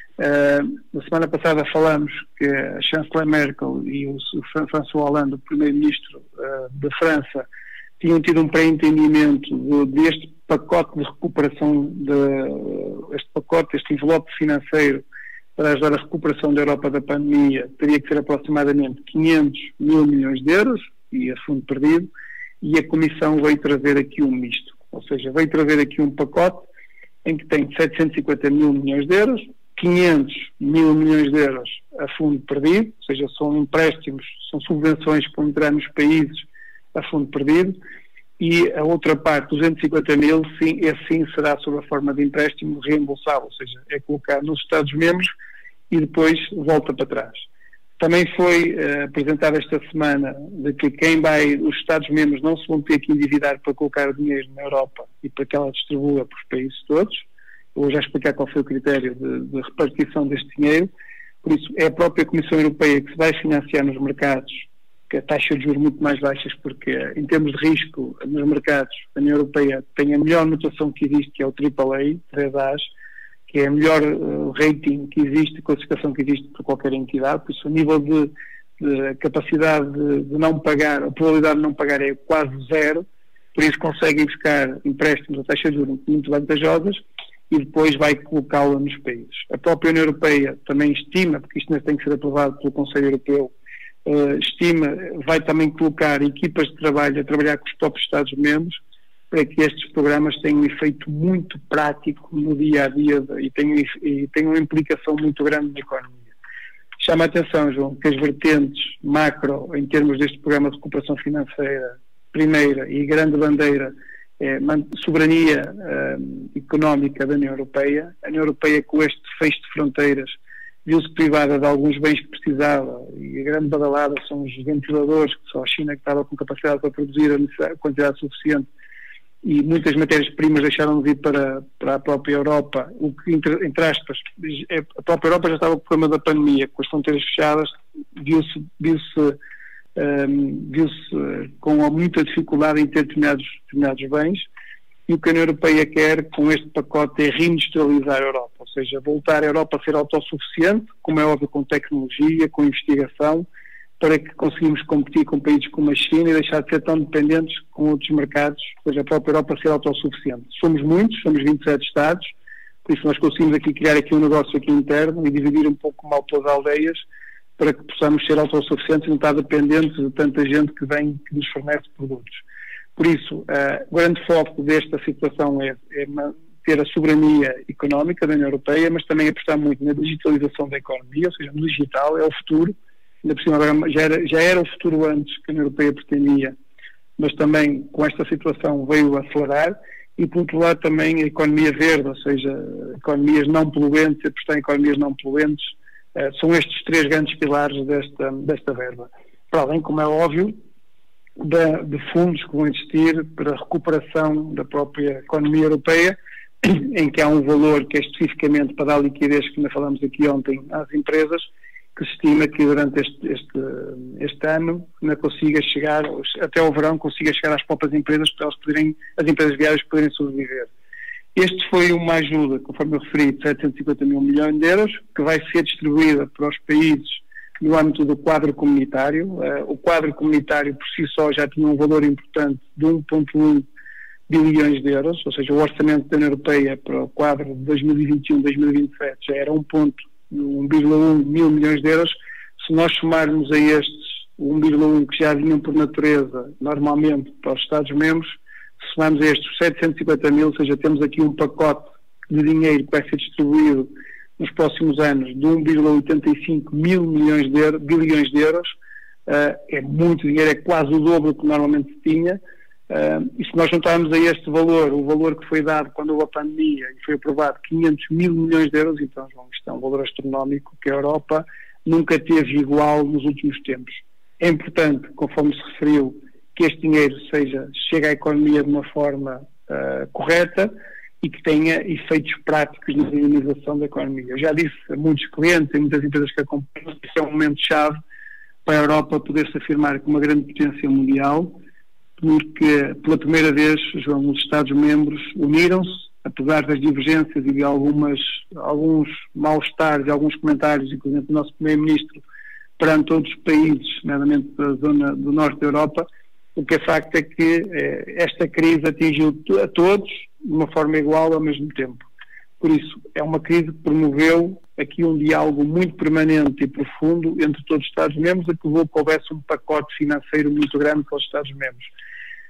Uh, na semana passada falamos que a chanceler Merkel e o, o François Hollande, o primeiro-ministro uh, da França, tinham tido um pré-entendimento de, deste pacote de recuperação, de, este pacote, este envelope financeiro para ajudar a recuperação da Europa da pandemia, teria que ser aproximadamente quinhentos mil milhões de euros, e a fundo perdido, e a Comissão veio trazer aqui um misto, ou seja, veio trazer aqui um pacote em que tem setecentos e cinquenta mil milhões de euros, quinhentos mil milhões de euros a fundo perdido, ou seja, são empréstimos, são subvenções que vão entrar nos países a fundo perdido, e a outra parte, duzentos e cinquenta mil, sim, esse sim será sob a forma de empréstimo reembolsável, ou seja, é colocar nos Estados-membros e depois volta para trás. Também foi uh, apresentado esta semana de que quem vai, os Estados-membros não se vão ter que endividar para colocar dinheiro na Europa e para que ela distribua para os países todos. Eu vou já explicar qual foi o critério de, de repartição deste dinheiro. Por isso, é a própria Comissão Europeia que se vai financiar nos mercados, que a taxa de juros muito mais baixas, porque em termos de risco nos mercados, a União Europeia tem a melhor notação que existe, que é o triplo A, três A's, que é a melhor uh, rating que existe, classificação que existe por qualquer entidade. Por isso, o nível de, de capacidade de, de não pagar, a probabilidade de não pagar é quase zero, por isso conseguem buscar empréstimos a taxa de juros muito vantajosas e depois vai colocá-la nos países. A própria União Europeia também estima, porque isto ainda tem que ser aprovado pelo Conselho Europeu, uh, estima, vai também colocar equipas de trabalho a trabalhar com os próprios Estados-membros, para que estes programas tenham um efeito muito prático no dia-a-dia e tenham, e tenham uma implicação muito grande na economia. Chama a atenção, João, que as vertentes macro, em termos deste programa de recuperação financeira, primeira e grande bandeira, é soberania um, económica da União Europeia. A União Europeia, com este fecho de fronteiras, viu-se privada de alguns bens que precisava, e a grande badalada são os ventiladores, que só a China que estava com capacidade para produzir a quantidade suficiente, e muitas matérias-primas deixaram de vir para, para a própria Europa, o que, entre, entre aspas, a própria Europa já estava com o problema da pandemia, com as fronteiras fechadas, viu-se viu-se, um, viu-se com muita dificuldade em ter determinados, determinados bens, e o que a União Europeia quer com este pacote é reindustrializar a Europa, ou seja, voltar a Europa a ser autossuficiente, como é óbvio, com tecnologia, com investigação, para que conseguimos competir com países como a China e deixar de ser tão dependentes com outros mercados, ou seja, a própria Europa ser autossuficiente. Somos muitos, somos vinte e sete Estados, por isso nós conseguimos aqui criar aqui um negócio aqui interno e dividir um pouco mal pelas aldeias para que possamos ser autossuficientes e não estar dependentes de tanta gente que vem, que nos fornece produtos. Por isso, uh, o grande foco desta situação é, é ter a soberania económica da União Europeia, mas também apostar muito na digitalização da economia, ou seja, no digital, é o futuro. Ainda por cima, agora já era, já era o futuro antes que a União Europeia pretendia, mas também com esta situação veio a acelerar, e por outro lado também a economia verde, ou seja, economias não poluentes, apostar em economias não poluentes, eh, são estes três grandes pilares desta, desta verba. Para além, como é óbvio, de, de fundos que vão existir para a recuperação da própria economia europeia, em que há um valor que é especificamente para dar liquidez, que ainda falamos aqui ontem, às empresas, que se estima que durante este, este, este ano ainda consiga chegar, até ao verão, consiga chegar às próprias empresas, para elas poderem, as empresas viárias poderem sobreviver. Este foi uma ajuda, conforme eu referi, de setecentos e cinquenta mil milhões de euros, que vai ser distribuída para os países no âmbito do quadro comunitário. Uh, o quadro comunitário, por si só, já tinha um valor importante de um vírgula um bilhões de euros, ou seja, o orçamento da União Europeia para o quadro de dois mil e vinte e um a dois mil e vinte e sete já era um vírgula um mil milhões de euros. Se nós somarmos a estes um vírgula um que já vinham por natureza normalmente para os Estados-membros, se somarmos a estes setecentos e cinquenta mil, ou seja, temos aqui um pacote de dinheiro que vai ser distribuído nos próximos anos de um vírgula oitenta e cinco mil milhões de euros, bilhões de euros. Uh, é muito dinheiro, é quase o dobro que normalmente se tinha. Uh, e se nós juntarmos a este valor, o valor que foi dado quando houve a pandemia e foi aprovado quinhentos mil milhões de euros, então isto é um valor astronómico que a Europa nunca teve igual nos últimos tempos. É importante, conforme se referiu, que este dinheiro seja, chegue à economia de uma forma uh, correta e que tenha efeitos práticos na dinamização da economia. Eu já disse a muitos clientes e muitas empresas que acompanham que este é um momento-chave para a Europa poder se afirmar como uma grande potência mundial, porque pela primeira vez, João, os Estados-membros uniram-se, apesar das divergências e de algumas, alguns mal-estares e alguns comentários, inclusive do nosso Primeiro-Ministro, perante todos os países, nomeadamente da zona do norte da Europa. O que é facto é que eh, esta crise atingiu a todos de uma forma igual ao mesmo tempo. Por isso, é uma crise que promoveu aqui um diálogo muito permanente e profundo entre todos os Estados-membros, a que levou que houvesse um pacote financeiro muito grande para os Estados-membros.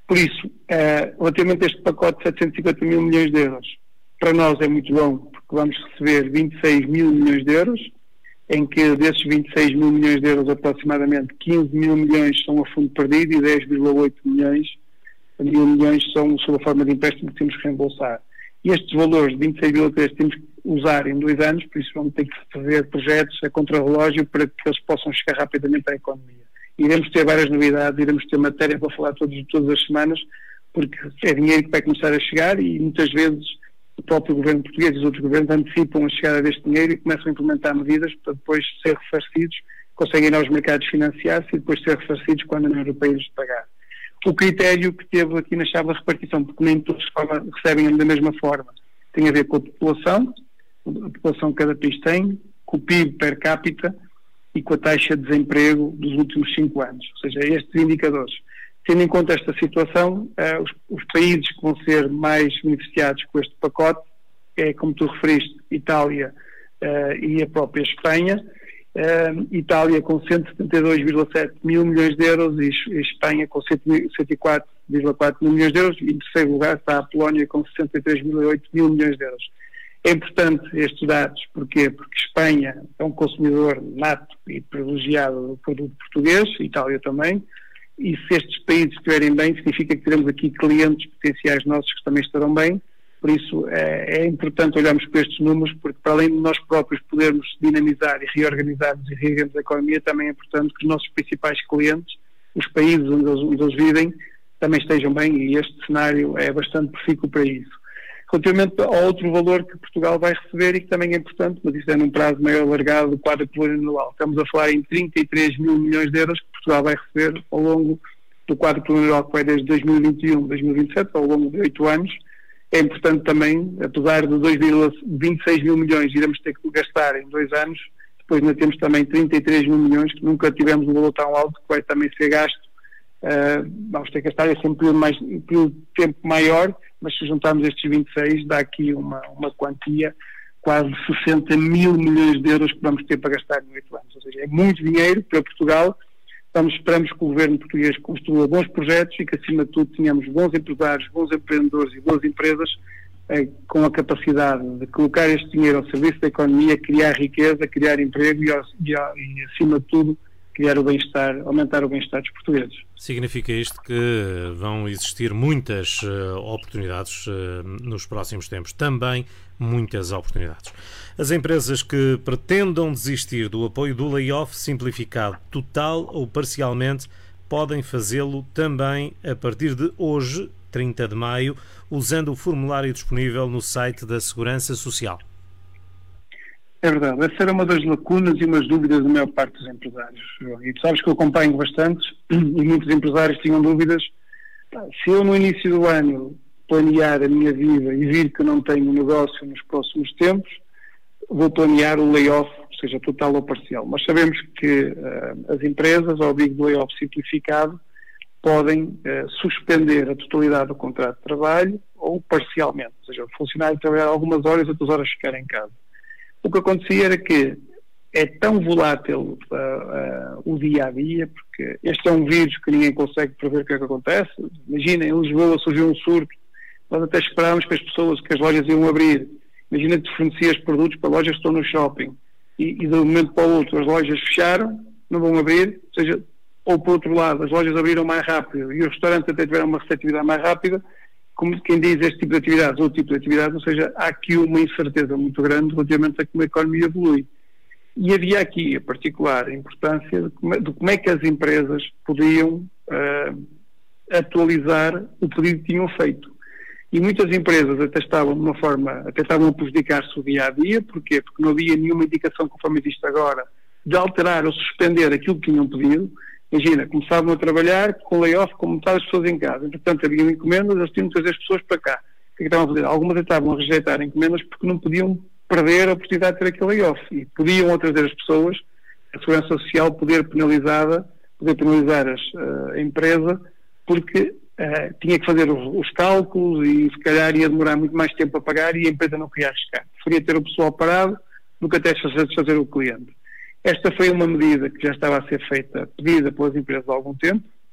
Por isso, uh, relativamente a este pacote de setecentos e cinquenta mil milhões de euros, para nós é muito bom, porque vamos receber vinte e seis mil milhões de euros, em que desses vinte e seis mil milhões de euros, aproximadamente quinze mil milhões são a fundo perdido e dez vírgula oito milhões, mil milhões são sob a forma de empréstimo que temos que reembolsar. E estes valores de vinte e seis vírgula três temos que usar em dois anos, por isso vamos ter que fazer projetos a contrarrelógio para que eles possam chegar rapidamente à economia. Iremos ter várias novidades, iremos ter matéria para falar todos, todas as semanas, porque é dinheiro que vai começar a chegar e muitas vezes o próprio governo português e os outros governos antecipam a chegada deste dinheiro e começam a implementar medidas para depois ser ressarcidos, conseguem ir aos mercados financiar-se e depois ser ressarcidos quando a União Europeia lhes pagar. O critério que teve aqui na chave da repartição, porque nem todos recebem da mesma forma, tem a ver com a população, a população que cada país tem, com o P I B per capita e com a taxa de desemprego dos últimos cinco anos. Ou seja, estes indicadores. Tendo em conta esta situação, uh, os, os países que vão ser mais beneficiados com este pacote é, como tu referiste, Itália uh, e a própria Espanha. Uh, Itália com cento e setenta e dois vírgula sete mil milhões de euros e Espanha com cento e quatro vírgula quatro mil milhões de euros e em terceiro lugar está a Polónia com sessenta e três vírgula oito mil milhões de euros. É importante estes dados, porquê? Porque Espanha é um consumidor nato e privilegiado do produto português, Itália também, e se estes países estiverem bem, significa que teremos aqui clientes potenciais nossos que também estarão bem, por isso é, é importante olharmos para estes números, porque para além de nós próprios podermos dinamizar e reorganizarmos e reerguermos a economia, também é importante que os nossos principais clientes, os países onde eles, onde eles vivem, também estejam bem e este cenário é bastante profícuo para isso. Relativamente ao outro valor que Portugal vai receber e que também é importante, mas isso é num prazo maior alargado do quadro plurianual. Estamos a falar em trinta e três mil milhões de euros que Portugal vai receber ao longo do quadro plurianual que vai desde dois mil e vinte e um a dois mil e vinte e sete, ao longo de oito anos. É importante também, apesar de dois vírgula vinte e seis mil milhões iremos ter que gastar em dois anos, depois ainda temos também trinta e três mil milhões que nunca tivemos um valor tão alto que vai também ser gasto. Uh, vamos ter que gastar esse um período, mais, um período de tempo maior, mas se juntarmos estes vinte e seis dá aqui uma, uma quantia quase sessenta mil milhões de euros que vamos ter para gastar em oito anos, ou seja, é muito dinheiro para Portugal. Vamos, esperamos que o governo português construa bons projetos e que acima de tudo tenhamos bons empresários, bons empreendedores e boas empresas eh, com a capacidade de colocar este dinheiro ao serviço da economia, criar riqueza, criar emprego e, e, e acima de tudo criar o bem-estar, aumentar o bem-estar dos portugueses. Significa isto que vão existir muitas uh, oportunidades uh, nos próximos tempos, também muitas oportunidades. As empresas que pretendam desistir do apoio do layoff simplificado total ou parcialmente podem fazê-lo também a partir de hoje, trinta de maio, usando o formulário disponível no site da Segurança Social. É verdade, essa era uma das lacunas e umas dúvidas da maior parte dos empresários. E tu sabes que eu acompanho bastante e muitos empresários tinham dúvidas. Se eu no início do ano planear a minha vida e vir que não tenho negócio nos próximos tempos, vou planear o layoff, seja total ou parcial. Mas sabemos que uh, as empresas, ao abrigo do layoff simplificado, podem uh, suspender a totalidade do contrato de trabalho ou parcialmente. Ou seja, o funcionário trabalhar algumas horas e outras horas ficar em casa. O que acontecia era que é tão volátil uh, uh, o dia-a-dia, porque este é um vírus que ninguém consegue prever o que é que acontece. Imaginem, em Lisboa surgiu um surto, nós até esperávamos que as pessoas, que as lojas iam abrir. Imagina que tu fornecias produtos para lojas que estão no shopping e, e de um momento para o outro as lojas fecharam, não vão abrir, ou seja, ou por outro lado, as lojas abriram mais rápido e os restaurantes até tiveram uma receptividade mais rápida. Como quem diz este tipo de atividades, outro tipo de atividades, ou seja, há aqui uma incerteza muito grande relativamente a como a economia evolui. E havia aqui a particular importância de como, de como é que as empresas podiam uh, atualizar o pedido que tinham feito. E muitas empresas até estavam de uma forma, até estavam a prejudicar-se o dia-a-dia, porquê? Porque não havia nenhuma indicação, conforme existe agora, de alterar ou suspender aquilo que tinham pedido. Imagina, começavam a trabalhar com layoff com metade das pessoas em casa. Entretanto, haviam encomendas, eles tinham de trazer as pessoas para cá. O que é que estavam a fazer? Algumas estavam a rejeitar encomendas porque não podiam perder a oportunidade de ter aquele layoff. E podiam trazer as pessoas, a Segurança Social poder penalizada, poder penalizar as, uh, a empresa, porque uh, tinha que fazer os, os cálculos e se calhar ia demorar muito mais tempo a pagar e a empresa não queria arriscar. Preferia ter o pessoal parado do que até satisfazer o cliente. Esta foi uma medida que já estava a ser feita, pedida pelas empresas há algum tempo,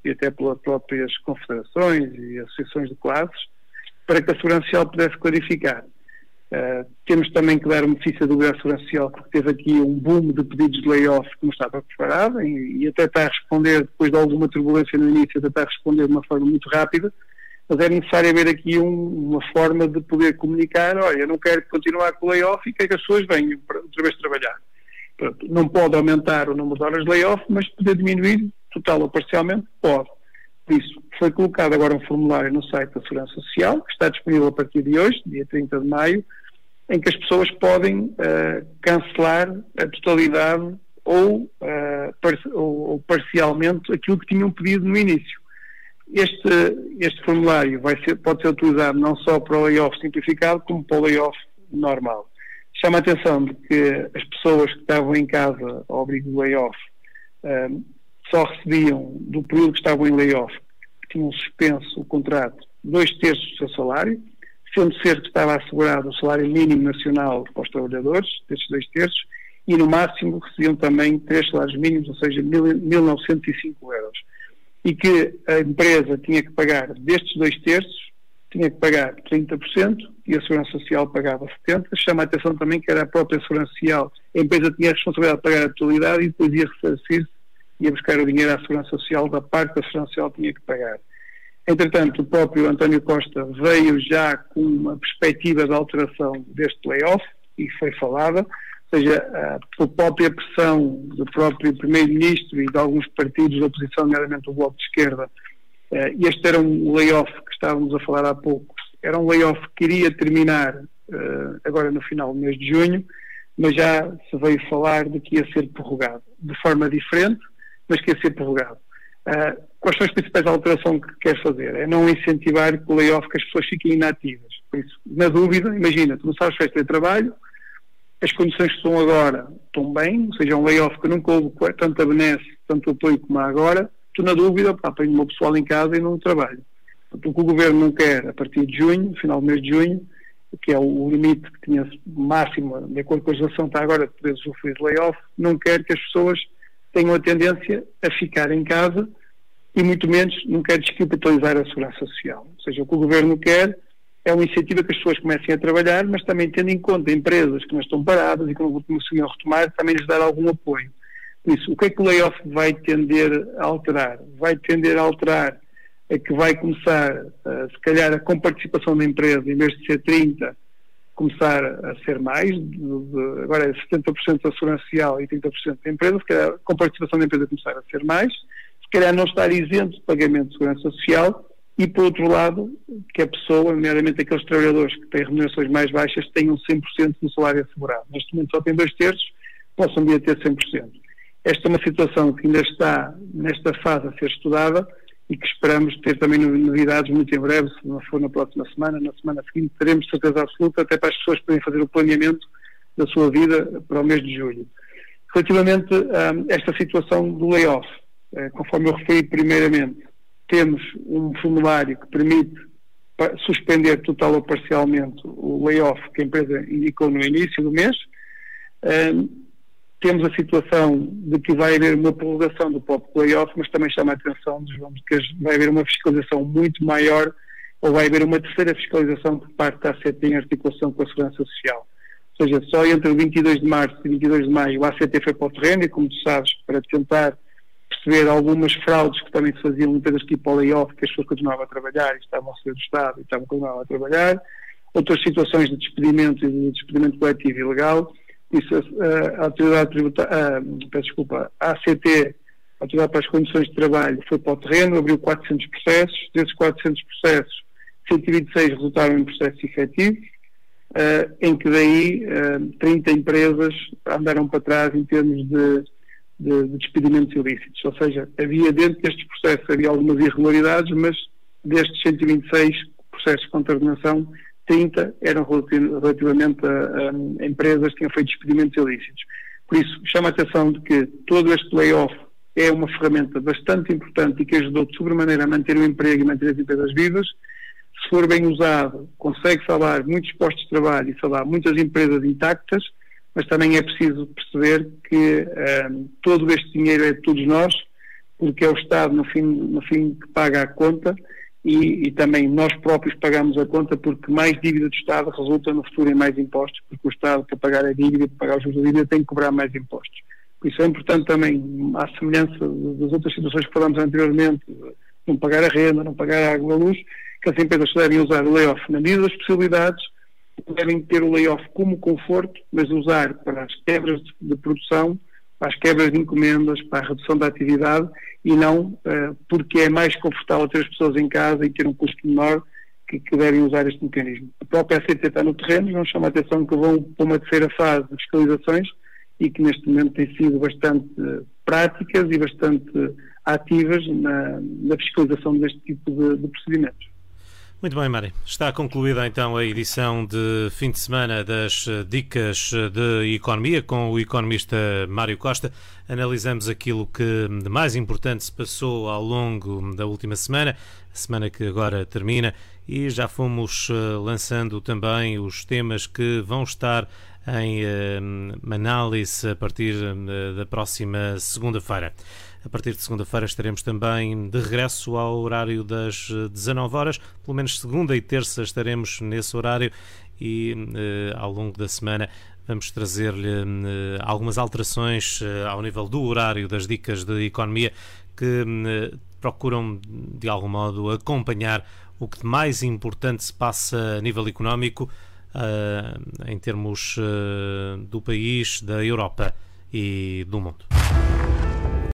e até pelas próprias confederações e associações de classes, para que a Segurança Social pudesse clarificar. Uh, temos também que dar um benefício à dúvida à Segurança Social, porque teve aqui um boom de pedidos de layoff que não estava preparado e, e até está a responder, depois de alguma turbulência no início, até está a responder de uma forma muito rápida, mas é necessário haver aqui um, uma forma de poder comunicar, olha, eu não quero continuar com o layoff e quero que as pessoas venham para, outra vez trabalhar. Pronto, não pode aumentar o número de horas de layoff, mas poder diminuir, total ou parcialmente, pode. Por isso, foi colocado agora um formulário no site da Segurança Social, que está disponível a partir de hoje, dia trinta de maio, em que as pessoas podem uh, cancelar a totalidade ou, uh, par ou, ou parcialmente aquilo que tinham pedido no início. Este, este formulário vai ser, pode ser utilizado não só para o layoff simplificado, como para o layoff normal. Chama a atenção de que as pessoas que estavam em casa ao abrigo do layoff uh, só recebiam, do período que estavam em layoff, que tinham suspenso o contrato, dois terços do seu salário, sendo ser que estava assegurado o salário mínimo nacional para os trabalhadores, desses dois terços, e no máximo recebiam também três salários mínimos, ou seja, mil novecentos e cinco euros. E que a empresa tinha que pagar, destes dois terços, tinha que pagar trinta por cento e a Segurança Social pagava setenta por cento. Chama a atenção também que era a própria Segurança Social, a empresa tinha a responsabilidade de pagar a totalidade e depois ia ressarcir-se, ia buscar o dinheiro à Segurança Social da parte que a Segurança Social tinha que pagar. Entretanto, o próprio António Costa veio já com uma perspectiva de alteração deste layoff, e foi falada, ou seja, pela própria pressão do próprio Primeiro-Ministro e de alguns partidos da oposição, nomeadamente o Bloco de Esquerda. Este era um layoff que estávamos a falar há pouco, era um layoff que iria terminar agora no final do mês de junho, mas já se veio falar de que ia ser prorrogado, de forma diferente, mas que ia ser prorrogado. Uh, quais são as principais alterações que quer fazer? É não incentivar que o layoff, que as pessoas fiquem inativas. Por isso, na dúvida, imagina, tu não sabes se vais ter trabalho, as condições que estão agora estão bem, ou seja, um layoff que nunca houve tanta benesse, tanto apoio como há agora, tu na dúvida, pá, põe o meu pessoal em casa e não trabalho. Portanto, o que o Governo não quer, a partir de junho, final do mês de junho, que é o limite que tinha máximo, de acordo com a legislação está agora, de poder sofrer de layoff, não quer que as pessoas tenham a tendência a ficar em casa e muito menos não quer descapitalizar a Segurança Social. Ou seja, o que o Governo quer é um incentivo a que as pessoas comecem a trabalhar, mas também tendo em conta empresas que não estão paradas e que não conseguiam retomar, também lhes dar algum apoio. Por isso, o que é que o layoff vai tender a alterar? Vai tender a alterar a que vai começar, uh, se calhar, a comparticipação da empresa, em vez de ser trinta por cento, começar a ser mais, de, de, agora é setenta por cento da Segurança Social e trinta por cento da empresa, se calhar a comparticipação da empresa começar a ser mais, se calhar não estar isento de pagamento de Segurança Social e, por outro lado, que a pessoa, nomeadamente aqueles trabalhadores que têm remunerações mais baixas, tenham cem por cento do salário assegurado. Neste momento só tem dois terços, possam vir a ter cem por cento. Esta é uma situação que ainda está nesta fase a ser estudada e que esperamos ter também novidades muito em breve, se não for na próxima semana, na semana seguinte teremos certeza absoluta, até para as pessoas poderem fazer o planeamento da sua vida para o mês de julho. Relativamente a esta situação do layoff, conforme eu referi primeiramente, temos um formulário que permite suspender total ou parcialmente o layoff que a empresa indicou no início do mês. Temos a situação de que vai haver uma prorrogação do próprio layoff, mas também chama a atenção de que vai haver uma fiscalização muito maior, ou vai haver uma terceira fiscalização por parte da A C T em articulação com a Segurança Social. Ou seja, só entre vinte e dois de março e vinte e dois de maio a A C T foi para o terreno e, como tu sabes, para tentar perceber algumas fraudes que também se faziam em empresas tipo o layoff, que as pessoas continuavam a trabalhar e estavam a ser do Estado e estavam continuavam a trabalhar, outras situações de despedimento e de despedimento coletivo ilegal. Isso, a, a autoridade tributária, peço desculpa, a A C T, a autoridade para as condições de trabalho, foi para o terreno, abriu quatrocentos processos, desses quatrocentos processos, cento e vinte e seis resultaram em processos efetivos, uh, em que daí uh, trinta empresas andaram para trás em termos de, de, de despedimentos ilícitos. Ou seja, havia dentro destes processos havia algumas irregularidades, mas destes cento e vinte e seis processos de contaminação, trinta eram relativamente a, a empresas que tinham feito despedimentos ilícitos. Por isso, chama a atenção de que todo este layoff é uma ferramenta bastante importante e que ajudou de sobremaneira a manter o emprego e manter as empresas vivas. Se for bem usado, consegue salvar muitos postos de trabalho e salvar muitas empresas intactas, mas também é preciso perceber que um, todo este dinheiro é de todos nós, porque é o Estado, no fim, no fim que paga a conta, e, e também nós próprios pagamos a conta, porque mais dívida do Estado resulta no futuro em mais impostos, porque o Estado, para pagar a dívida, para pagar os juros da dívida, tem que cobrar mais impostos. Por isso é importante também, à semelhança das outras situações que falamos anteriormente, não pagar a renda, não pagar a água e a luz, que as empresas devem usar o layoff na medida das possibilidades, devem ter o layoff como conforto, mas usar para as quebras de, de produção, para as quebras de encomendas, para a redução da atividade, e não uh, porque é mais confortável ter as pessoas em casa e ter um custo menor, que, que devem usar este mecanismo. A própria A C T está no terreno, não chama a atenção que vão para uma terceira fase de fiscalizações, e que neste momento têm sido bastante uh, práticas e bastante uh, ativas na, na fiscalização deste tipo de, de procedimentos. Muito bem, Mário. Está concluída então a edição de fim de semana das Dicas de Economia com o economista Mário Costa. Analisamos aquilo que de mais importante se passou ao longo da última semana, a semana que agora termina, e já fomos lançando também os temas que vão estar em uh, análise a partir uh, da próxima segunda-feira. A partir de segunda-feira estaremos também de regresso ao horário das dezanove horas, pelo menos segunda e terça estaremos nesse horário, e uh, ao longo da semana vamos trazer-lhe uh, algumas alterações uh, ao nível do horário das Dicas de Economia que uh, procuram de algum modo acompanhar o que de mais importante se passa a nível económico, Uh, em termos uh, do país, da Europa e do mundo.